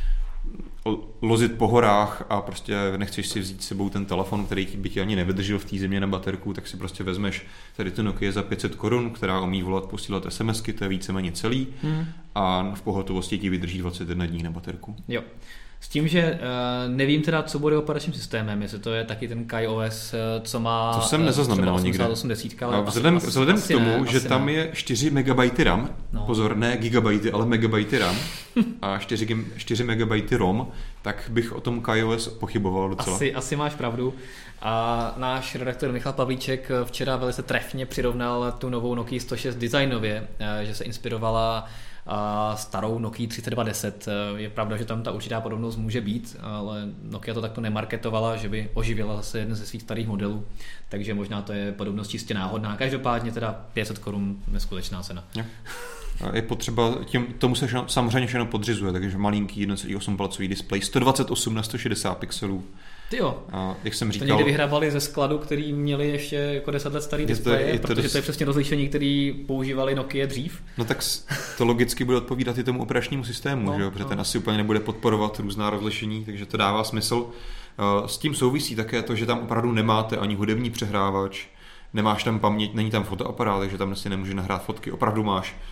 lozit po horách a prostě nechceš si vzít s sebou ten telefon, který by ti ani nevydržel v té zimě na baterku, tak si prostě vezmeš tady ten Nokia za pět set korun, která umí volat, posílat SMSky, to je víceméně celý, hmm. a v pohotovosti ti vydrží dvacet jedna dní na baterku. Jo. S tím, že uh, nevím teda, co bude operačním systémem, jestli to je taky ten KaiOS, co má... To jsem nezaznamenal nikde. Ale vzhledem asi, vzhledem asi k tomu, ne, že tam ne. je čtyři megabajty RAM, no. pozor, ne gigabajty, ale megabajty RAM a čtyři megabajty ROM, tak bych o tom KaiOS pochyboval docela. Asi, asi máš pravdu. A náš redaktor Michal Pavlíček včera velice trefně přirovnal tu novou Nokia sto šest designově, že se inspirovala a starou Nokia třicet dva deset. Je pravda, že tam ta určitá podobnost může být, ale Nokia to takto nemarketovala, že by oživila zase jeden ze svých starých modelů, takže možná to je podobnost čistě náhodná. Každopádně teda pět set korun neskutečná cena. Je, je potřeba, tím, tomu se samozřejmě všechno podřizuje, takže malinký jedna celá osm palcový displej, sto dvacet osm na sto šedesát pixelů. Ty jo, a jak jsem říkal, to někdy vyhrávali ze skladu, který měli ještě jako deset let starý displeje, protože dost... to je přesně rozlišení, který používali Nokia dřív. No tak to logicky bude odpovídat i tomu operačnímu systému, no, že jo? Protože no. ten asi úplně nebude podporovat různá rozlišení, takže to dává smysl. S tím souvisí také to, že tam opravdu nemáte ani hudební přehrávač, nemáš tam paměť, není tam fotoaparát, takže tam si nemůže nahrát fotky, opravdu máš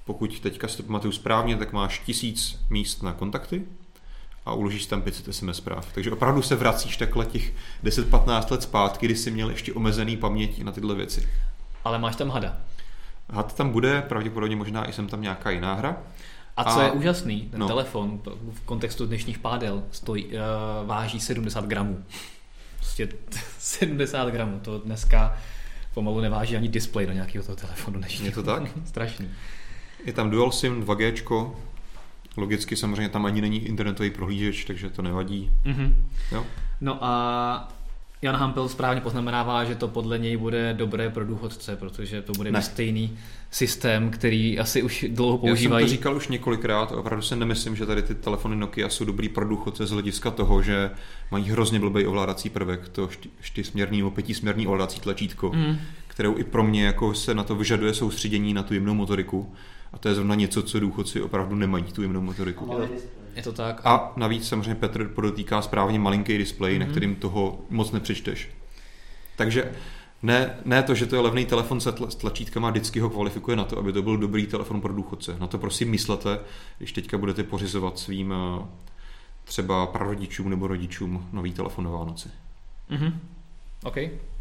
pokud teďka si to pamatuju správně, tak máš tisíc míst na kontakty a uložíš tam pět set es em es zpráv. Takže opravdu se vracíš takhle těch deset patnáct let zpátky, kdy jsi měl ještě omezený paměť na tyhle věci. Ale máš tam hada. Had tam bude, pravděpodobně možná i sem tam nějaká jiná hra. A co a, je úžasný, ten no. telefon v kontextu dnešních pádel stojí, uh, váží sedmdesát gramů. Prostě sedmdesát gramů, to dneska pomalu neváží ani displej do nějakého toho telefonu dnešního. Je to tak? Strašný. Je tam dual SIM, dva G, logicky samozřejmě tam ani není internetový prohlížeč, takže to nevadí. Mm-hmm. Jo? No a Jan Hampel správně poznamenává, že to podle něj bude dobré pro důchodce, protože to bude mít stejný systém, který asi už dlouho používají. Já jsem to říkal už několikrát, opravdu si nemyslím, že tady ty telefony Nokia jsou dobrý pro důchodce z hlediska toho, že mají hrozně blbý ovládací prvek, to čtyřsměrný nebo pětisměrný ovládací tlačítko, mm. kterou i pro mě jako se na to vyžaduje soustředění na tu jemnou motoriku. A to je zrovna něco, co důchodci opravdu nemají, tu jemnou motoriku. Je to tak. A navíc samozřejmě Petr podotýká správně malinký displej, mm-hmm. na kterým toho moc nepřečteš. Takže ne, ne to, že to je levný telefon s tlačítkama, vždycky ho kvalifikuje na to, aby to byl dobrý telefon pro důchodce. Na to prosím myslete, když teďka budete pořizovat svým třeba prarodičům nebo rodičům nový telefon na Vánoci. Mhm. OK.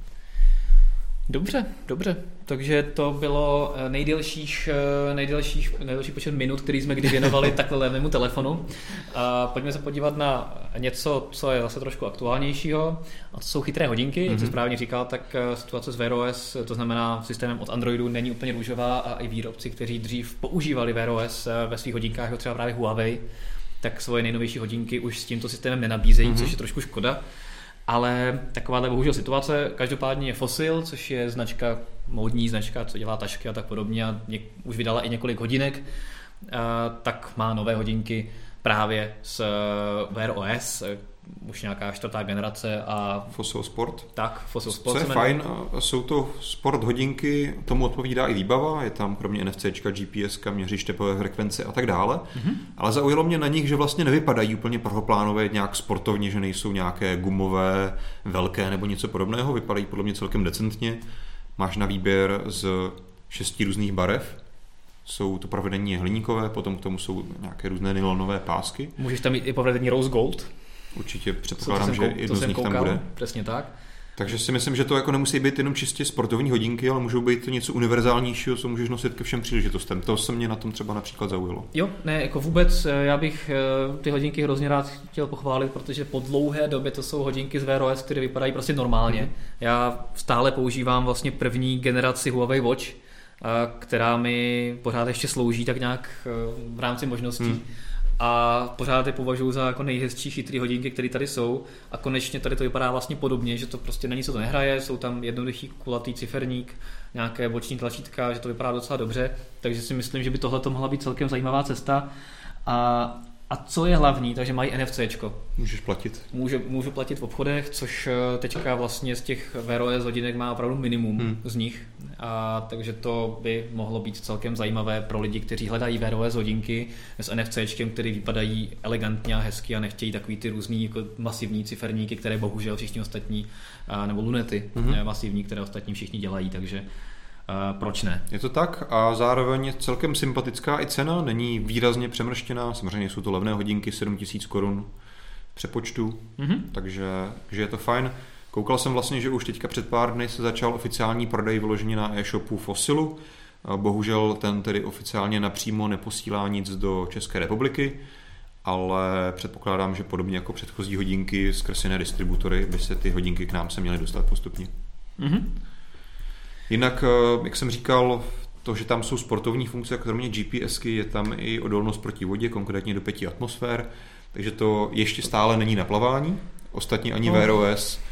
Dobře, dobře. Takže to bylo nejdelších, nejdelších, nejdelší počet minut, který jsme kdy věnovali takhle levnému telefonu. A pojďme se podívat na něco, co je zase trošku aktuálnějšího. A to jsou chytré hodinky. Mm-hmm. Jak jsi správně říkal, tak situace s Wear O S, to znamená systémem od Androidu, není úplně růžová a i výrobci, kteří dřív používali Wear O S ve svých hodinkách, jako třeba právě Huawei, tak svoje nejnovější hodinky už s tímto systémem nenabízejí, mm-hmm. což je trošku škoda. Ale takováhle bohužel situace, každopádně je Fossil, což je značka, módní značka, co dělá tašky a tak podobně a něk, už vydala i několik hodinek, a, tak má nové hodinky právě s Wear O S, už nějaká čtvrtá generace a... Fossil Sport. Tak, Fossil Sport. Co je fajn, jsou to sport hodinky, tomu odpovídá i výbava, je tam kromě NFCčka, GPSka, měříš tepové frekvence a tak dále, mm-hmm. ale zaujalo mě na nich, že vlastně nevypadají úplně prvoplánové nějak sportovně, že nejsou nějaké gumové, velké nebo něco podobného, vypadají podle mě celkem decentně. Máš na výběr z šesti různých barev, jsou to provedení hliníkové, potom k tomu jsou nějaké různé nylonové pásky. Můžeš tam mít i provedení rose gold. Určitě předpokládám, že jedno z nich tam bude. Přesně tak. Takže si myslím, že to jako nemusí být jenom čistě sportovní hodinky, ale můžou být to něco univerzálnějšího, co můžeš nosit ke všem příležitostem. To se mě na tom třeba například zaujalo. Jo, ne, jako vůbec, já bych ty hodinky hrozně rád chtěl pochválit, protože po dlouhé době to jsou hodinky z Wear O S, které vypadají prostě normálně. Mm-hmm. Já stále používám vlastně první generaci Huawei Watch, která mi pořád ještě slouží tak nějak v rámci možností. Mm. A pořád je považuji za jako nejhezčí chytrý hodinky, které tady jsou. A konečně tady to vypadá vlastně podobně, že to prostě není, co to nehraje, jsou tam jednoduchý kulatý ciferník, nějaké boční tlačítka, že to vypadá docela dobře. Takže si myslím, že by tohle mohla být celkem zajímavá cesta. A, a co je hlavní, takže mají NFCčko. Můžeš platit. Můžu, můžu platit v obchodech, což teďka vlastně z těch Wear O S hodinek má opravdu minimum hmm. z nich. A takže to by mohlo být celkem zajímavé pro lidi, kteří hledají Wear O S hodinky s NFCčkem, které vypadají elegantně a hezky a nechtějí takový ty různý jako masivní ciferníky, které bohužel všichni ostatní, nebo lunety hmm. masivní, které ostatní všichni dělají, takže Uh, proč ne? Je to tak a zároveň je celkem sympatická i cena, není výrazně přemrštěná, samozřejmě jsou to levné hodinky, sedm tisíc korun přepočtu, mm-hmm. takže že je to fajn. Koukal jsem vlastně, že už teďka před pár dny se začal oficiální prodej vyložený na e-shopu Fossilu, bohužel ten tedy oficiálně napřímo neposílá nic do České republiky, ale předpokládám, že podobně jako předchozí hodinky skrz jiné distributory by se ty hodinky k nám se měly dostat postupně. Mm-hmm. Jinak, jak jsem říkal, to, že tam jsou sportovní funkce, kromě GPSky, je tam i odolnost proti vodě, konkrétně do pěti atmosfér, takže to ještě stále není na plavání. Ostatně ani Wear O S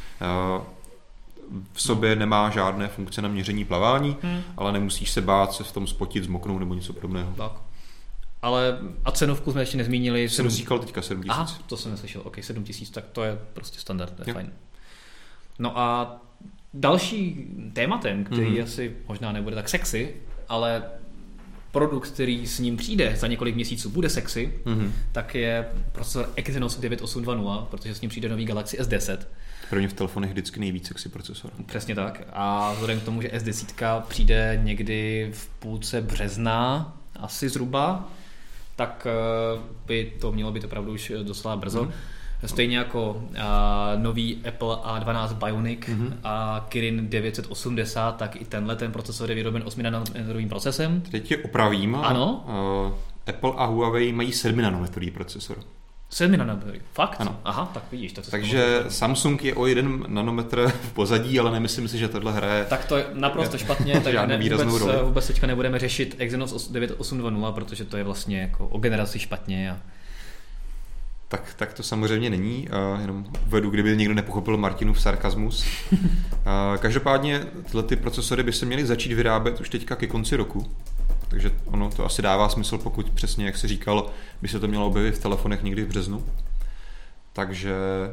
v sobě nemá žádné funkce na měření plavání, hmm. ale nemusíš se bát se v tom spotit, zmoknout nebo něco podobného. Tak. Ale a cenovku jsme ještě nezmínili. Jsem říkal teďka sedm tisíc. Aha, to jsem neslyšel. Ok, sedm tisíc, tak to je prostě standard, to je jo. fajn. No a další tématem, který mm-hmm. asi možná nebude tak sexy, ale produkt, který s ním přijde za několik měsíců, bude sexy, mm-hmm. tak je procesor Exynos devět osm dvacet, protože s ním přijde nový Galaxy S deset. Pro mě v telefonech vždycky nejvíc sexy procesor. Přesně tak. A vzhledem k tomu, že S deset přijde někdy v půlce března, asi zhruba, tak by to mělo být opravdu už docela brzo. Mm. Stejně jako uh, nový Apple A dvanáct Bionic mm-hmm. a Kirin devět set osmdesát, tak i tenhle ten procesor je vyroben osmi nanometrovým procesem. Teď tě opravím. Ano. Uh, Apple a Huawei mají sedmi nanometrový procesor. sedmi nanometrový? Fakt? Ano. Aha, tak vidíš. Tak Takže Samsung je o jeden nanometr v pozadí, ale nemyslím si, že tohle hraje. Tak to je naprosto špatně, takže ne, vůbec, vůbec teďka nebudeme řešit Exynos devět osm dvacet protože to je vlastně jako o generaci špatně. A... Tak, tak to samozřejmě není, uh, jenom uvedu, kdyby někdo nepochopil Martinův sarkazmus. Uh, každopádně tyhle ty procesory by se měly začít vyrábět už teďka ke konci roku, takže ono to asi dává smysl, pokud přesně, jak jsi říkal, by se to mělo objevit v telefonech někdy v březnu. Takže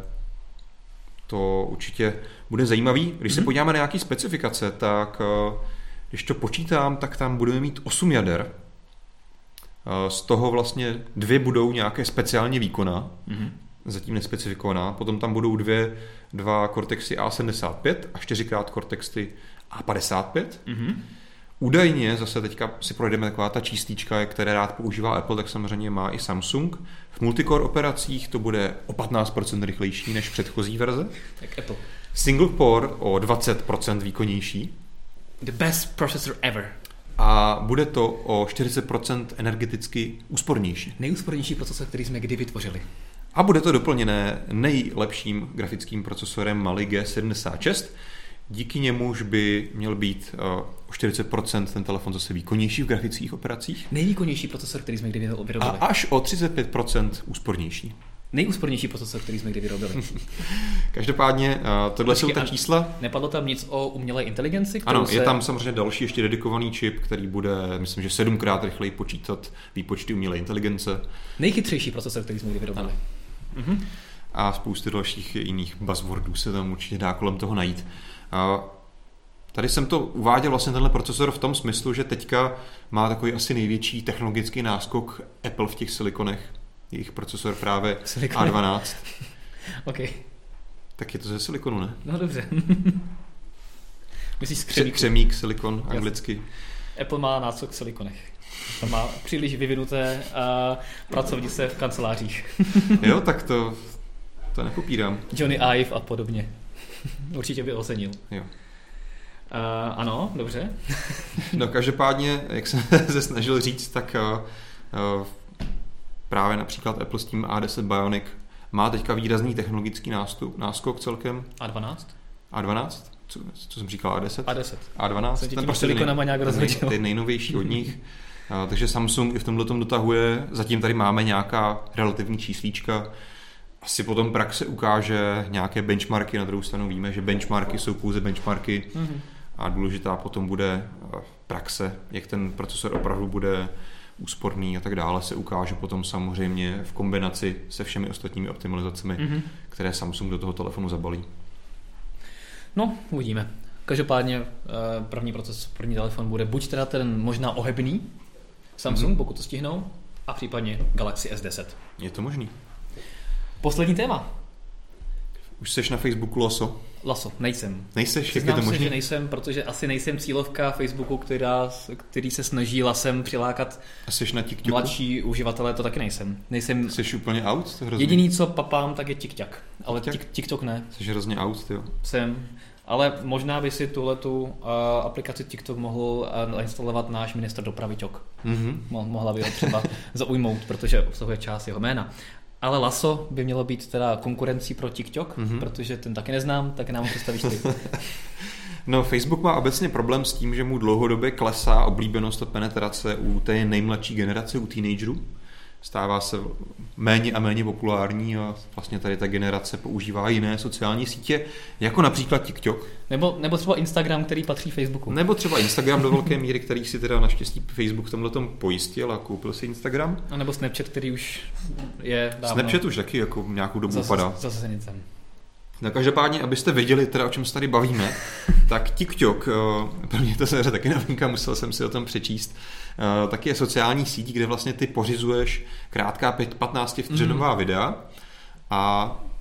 to určitě bude zajímavý. Když se podíváme na nějaké specifikace, tak uh, když to počítám, tak tam budeme mít osm jader. Z toho vlastně dvě budou nějaké speciálně výkonná, mm-hmm. zatím nespecifikovaná, potom tam budou dvě, dva Cortexy A sedmdesát pět a čtyřikrát Cortexy A padesát pět. Mm-hmm. Údajně, zase teďka si projdeme taková ta číslička, které rád používá Apple, tak samozřejmě má i Samsung. V multicore operacích to bude o patnáct procent rychlejší než předchozí verze. Tak Apple. Single core o dvacet procent výkonnější. The best processor ever. A bude to o čtyřicet procent energeticky úspornější. Nejúspornější procesor, který jsme kdy vytvořili. A bude to doplněné nejlepším grafickým procesorem Mali G sedmdesát šest. Díky němuž by měl být o čtyřicet procent ten telefon zase výkonnější v grafických operacích. Nejvýkonnější procesor, který jsme kdy vyrobili. A až o třicet pět procent úspornější. Nejúspornější procesor, který jsme kdy vyrobili. Každopádně tohle Počkej, jsou ta čísla. Nepadlo tam nic o umělé inteligenci? Ano, se... je tam samozřejmě další ještě dedikovaný čip, který bude, myslím, že sedmkrát rychleji počítat výpočty umělé inteligence. Nejchytřejší procesor, který jsme kdy vyrobili. Mhm. A spousty dalších jiných buzzwordů se tam určitě dá kolem toho najít. A tady jsem to uváděl vlastně tenhle procesor v tom smyslu, že teďka má takový asi největší technologický náskok Apple v těch silikonech. Jejich procesor právě Silikony. A dvanáct. OK. Tak je to ze silikonu, ne? No dobře. Myslíš z křemíku? Křemík, silikon, anglicky. Apple má náskok v silikonech. To má příliš vyvinuté uh, pracovnice v kancelářích. Jo, tak to, to nepopírám. Johnny Ive a podobně. Určitě by ocenil. Jo. Uh, ano, dobře. No každopádně, jak jsem se snažil říct, tak uh, uh, právě například Apple s tím A deset Bionic má teďka výrazný technologický nástup, náskok celkem. A dvanáct? A dvanáct? Co, co jsem říkal? A deset? A deset. A dvanáct? Jsem ten prostě nej, nějak rozhodil. Ty nejnovější od nich. Uh, takže Samsung i v tomhletom dotahuje. Zatím tady máme nějaká relativní číslíčka. Asi potom praxe ukáže nějaké benchmarky. Na druhou stranu víme, že benchmarky jsou pouze benchmarky. Mm-hmm. A důležitá potom bude praxe, jak ten procesor opravdu bude úsporný a tak dále, se ukáže potom samozřejmě v kombinaci se všemi ostatními optimalizacemi, mm-hmm. které Samsung do toho telefonu zabalí. No, uvidíme. Každopádně první proces, první telefon bude buď teda ten možná ohebný Samsung, mm-hmm. pokud to stihnou, a případně Galaxy S deset. Je to možný. Poslední téma. Už seš na Facebooku Laso? Laso, nejsem. Nejseš? Jak je to možný? Se, že nejsem, protože asi nejsem cílovka Facebooku, která, který se snaží Lasem přilákat a seš na TikToku? Mladší uživatele, to taky nejsem. nejsem... Jsi úplně out? To hrozně... Jediný, co papám, tak je TikTok. Ale TikTok, TikTok ne. Jsi hrozně out, jo. Jsem. Ale možná by si tuhletu uh, aplikaci TikTok mohl uh, instalovat náš ministr dopravy Ťok. Mm-hmm. Mo- mohla by ho třeba zaujmout, protože obsahuje část jeho jména. Ale Laso by mělo být teda konkurencí pro TikTok, mm-hmm. protože ten taky neznám, tak nám ho představíš ty. No, Facebook má obecně problém s tím, že mu dlouhodobě klesá oblíbenost a penetrace u té nejmladší generace, u teenagerů. Stává se méně a méně populární a vlastně tady ta generace používá jiné sociální sítě, jako například TikTok. Nebo, nebo třeba Instagram, který patří Facebooku. Nebo třeba Instagram do velké míry, který si teda naštěstí Facebook v tomhletom pojistil a koupil si Instagram. A nebo Snapchat, který už je dávno... Snapchat už taky jako nějakou dobu upadá. Zase senicem. No každopádně, abyste věděli teda, o čem se tady bavíme, tak TikTok, pro mě to se taky novinka, musel jsem si o tom přečíst, taky je sociální síť, kde vlastně ty pořizuješ krátká patnáctivteřinová mm. videa a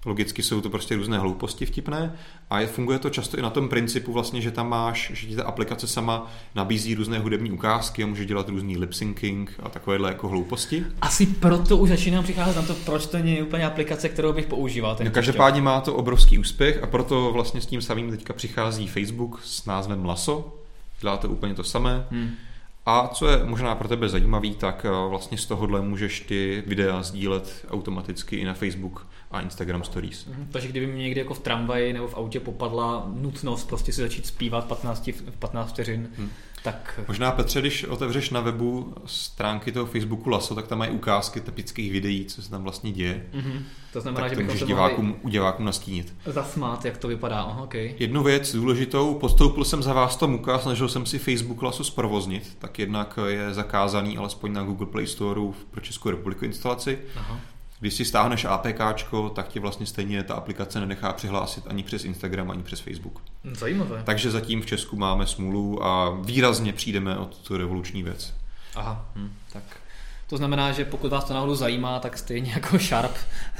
Logicky jsou to prostě různé hlouposti vtipné a funguje to často i na tom principu vlastně, že tam máš, že ti ta aplikace sama nabízí různé hudební ukázky a může dělat různý lip-syncing a takovéhle jako hlouposti. Asi proto už začínám přicházet na to, proč to není úplně aplikace, kterou bych používal. No, každopádně má to obrovský úspěch a proto vlastně s tím samým teďka přichází Facebook s názvem Lasso. Dělá to úplně to samé. Hmm. A co je možná pro tebe zajímavý, tak vlastně z tohohle můžeš ty videa sdílet automaticky i na Facebook a Instagram Stories. Mhm, takže kdyby mi někdy jako v tramvaji nebo v autě popadla nutnost prostě si začít zpívat patnáct, patnáct vteřin, hmm. tak... Možná, Petře, když otevřeš na webu stránky toho Facebooku Lasso, tak tam mají ukázky typických videí, co se tam vlastně děje. Mm-hmm. To znamená, tak že to bychom můžeš se divákům, u divákům nastínit. Zasmát, jak to vypadá. Aha, okay. Jednu věc důležitou, podstoupil jsem za vás Tomuka, snažil jsem si Facebook Lasso zprovoznit, tak jednak je zakázaný alespoň na Google Play Store pro Českou republiku instalaci. Aha. Když si stáhneš APKčko, tak ti vlastně stejně ta aplikace nenechá přihlásit ani přes Instagram, ani přes Facebook. Zajímavé. Takže zatím v Česku máme smůlu a výrazně přijdeme od tu revoluční věc. Aha, hm, tak to znamená, že pokud vás to náhodou zajímá, tak stejně jako Sharp,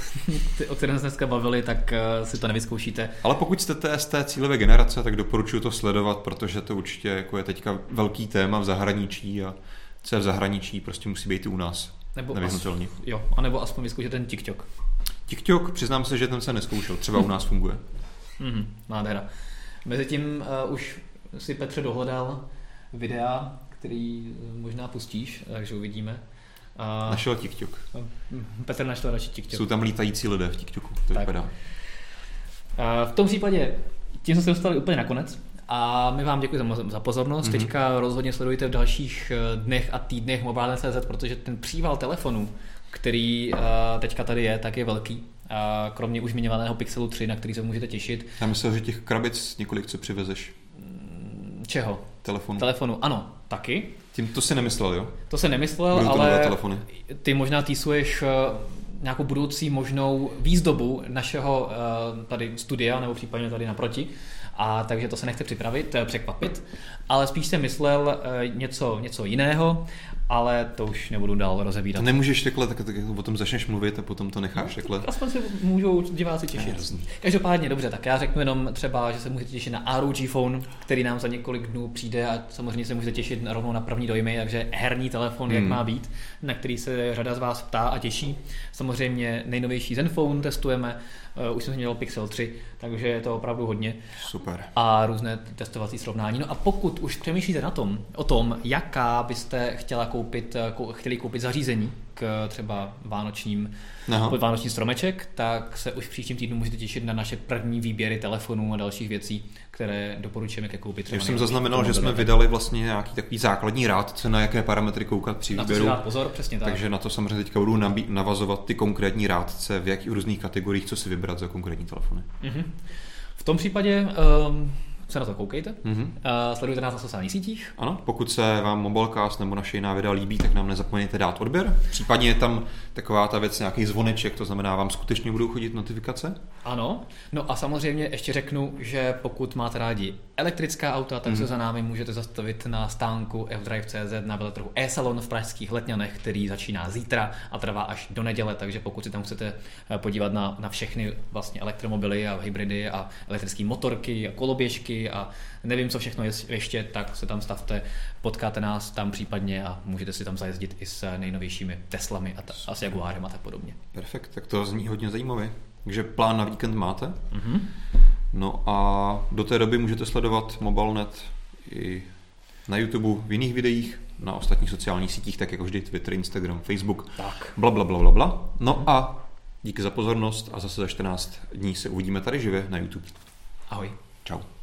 o kterém jsme dneska bavili, tak si to nevyzkoušíte. Ale pokud jste z té cílové generace, tak doporučuji to sledovat, protože to určitě jako je teďka velký téma v zahraničí a co je v zahraničí, prostě musí být i u nás. Nebo as, jo, anebo aspoň vyzkoušet ten TikTok. TikTok, přiznám se, že ten se neskoušel, třeba u nás funguje. Mm-hmm, nádhera. Mezitím uh, už si, Petře, dohledal videa, který možná pustíš, takže uvidíme. Uh, našel TikTok. Uh, Petr našel radši TikTok. Jsou tam lítající lidé v TikToku, to tak vypadá. Uh, v tom případě, tím jsme se dostali úplně nakonec. A my vám děkuji za pozornost. Mm-hmm. Teďka rozhodně sledujte v dalších dnech a týdnech Mobile tečka cé zet, protože ten příval telefonů, který teďka tady je, tak je velký. Kromě už zmiňovaného Pixelu tři, na který se můžete těšit. Já myslel, že těch krabic několik co přivezeš. Čeho? Telefonu. Telefonu, ano, taky. Tím to si nemyslel, jo? To si nemyslel, Budou to ale telefony. Ty možná týsuješ nějakou budoucí možnou výzdobu našeho tady studia, nebo případně tady naproti. A takže to se nechce připravit, překvapit, ale spíš jsem myslel něco, něco jiného, ale to už nebudu dál rozebírat. Nemůžeš takhle, tak, tak o tom začneš mluvit a potom to necháš takhle. Aspoň si můžou diváci těšit. Každopádně dobře, tak já řeknu jenom třeba, že se můžete těšit na R O G Phone, který nám za několik dnů přijde a samozřejmě se můžete těšit rovnou na první dojmy, takže herní telefon, hmm. jak má být, na který se řada z vás ptá a těší. Samozřejmě nejnovější Zenfone testujeme, uh, už jsem měl Pixel tři, takže je to opravdu hodně. Super. A různé testovací srovnání. No a pokud už přemýšlíte na tom, o tom, jaká byste chtěla koupit, chtěli koupit zařízení k třeba vánočním, pod vánoční stromeček, tak se už v příštím týdnu můžete těšit na naše první výběry telefonů a dalších věcí, které doporučujeme ke koupit. Třeba Já jsem zaznamenal, že jsme vydali vlastně nějaký takový základní rádce, na jaké parametry koukat při výběru. Na to si dát pozor, přesně tak. Takže na to samozřejmě teďka budu navazovat ty konkrétní rádce, v jakých různých kategoriích, co si vybrat za konkrétní telefony. Mm-hmm. V tom případě um, se na to koukejte, mm-hmm. uh, sledujte nás na sociálních sítích. Ano, pokud se vám Mobilecast nebo naše jiná videa líbí, tak nám nezapomeňte dát odběr. Případně je tam taková ta věc, nějaký zvoneček, to znamená, vám skutečně budou chodit notifikace? Ano, no a samozřejmě ještě řeknu, že pokud máte rádi elektrická auta, tak mm-hmm. se za námi můžete zastavit na stánku f drive tečka cé zet na veletrhu e-salon v pražských Letňanech, který začíná zítra a trvá až do neděle, takže pokud si tam chcete podívat na, na všechny vlastně elektromobily a hybridy a elektrické motorky a koloběžky a nevím, co všechno je ještě, tak se tam stavte, potkáte nás tam případně a můžete si tam zajezdit i s nejnovějšími Teslami a, ta, a s Jaguárem a tak podobně. Perfekt, tak to zní hodně zajímavě. Takže plán na víkend máte. Mm-hmm. No a do té doby můžete sledovat MobileNet i na YouTube v jiných videích, na ostatních sociálních sítích, tak jako vždy Twitter, Instagram, Facebook, tak. bla, bla, bla, bla, bla. No mm-hmm. a díky za pozornost a zase za čtrnáct dní se uvidíme tady živě na YouTube. Ahoj. Čau.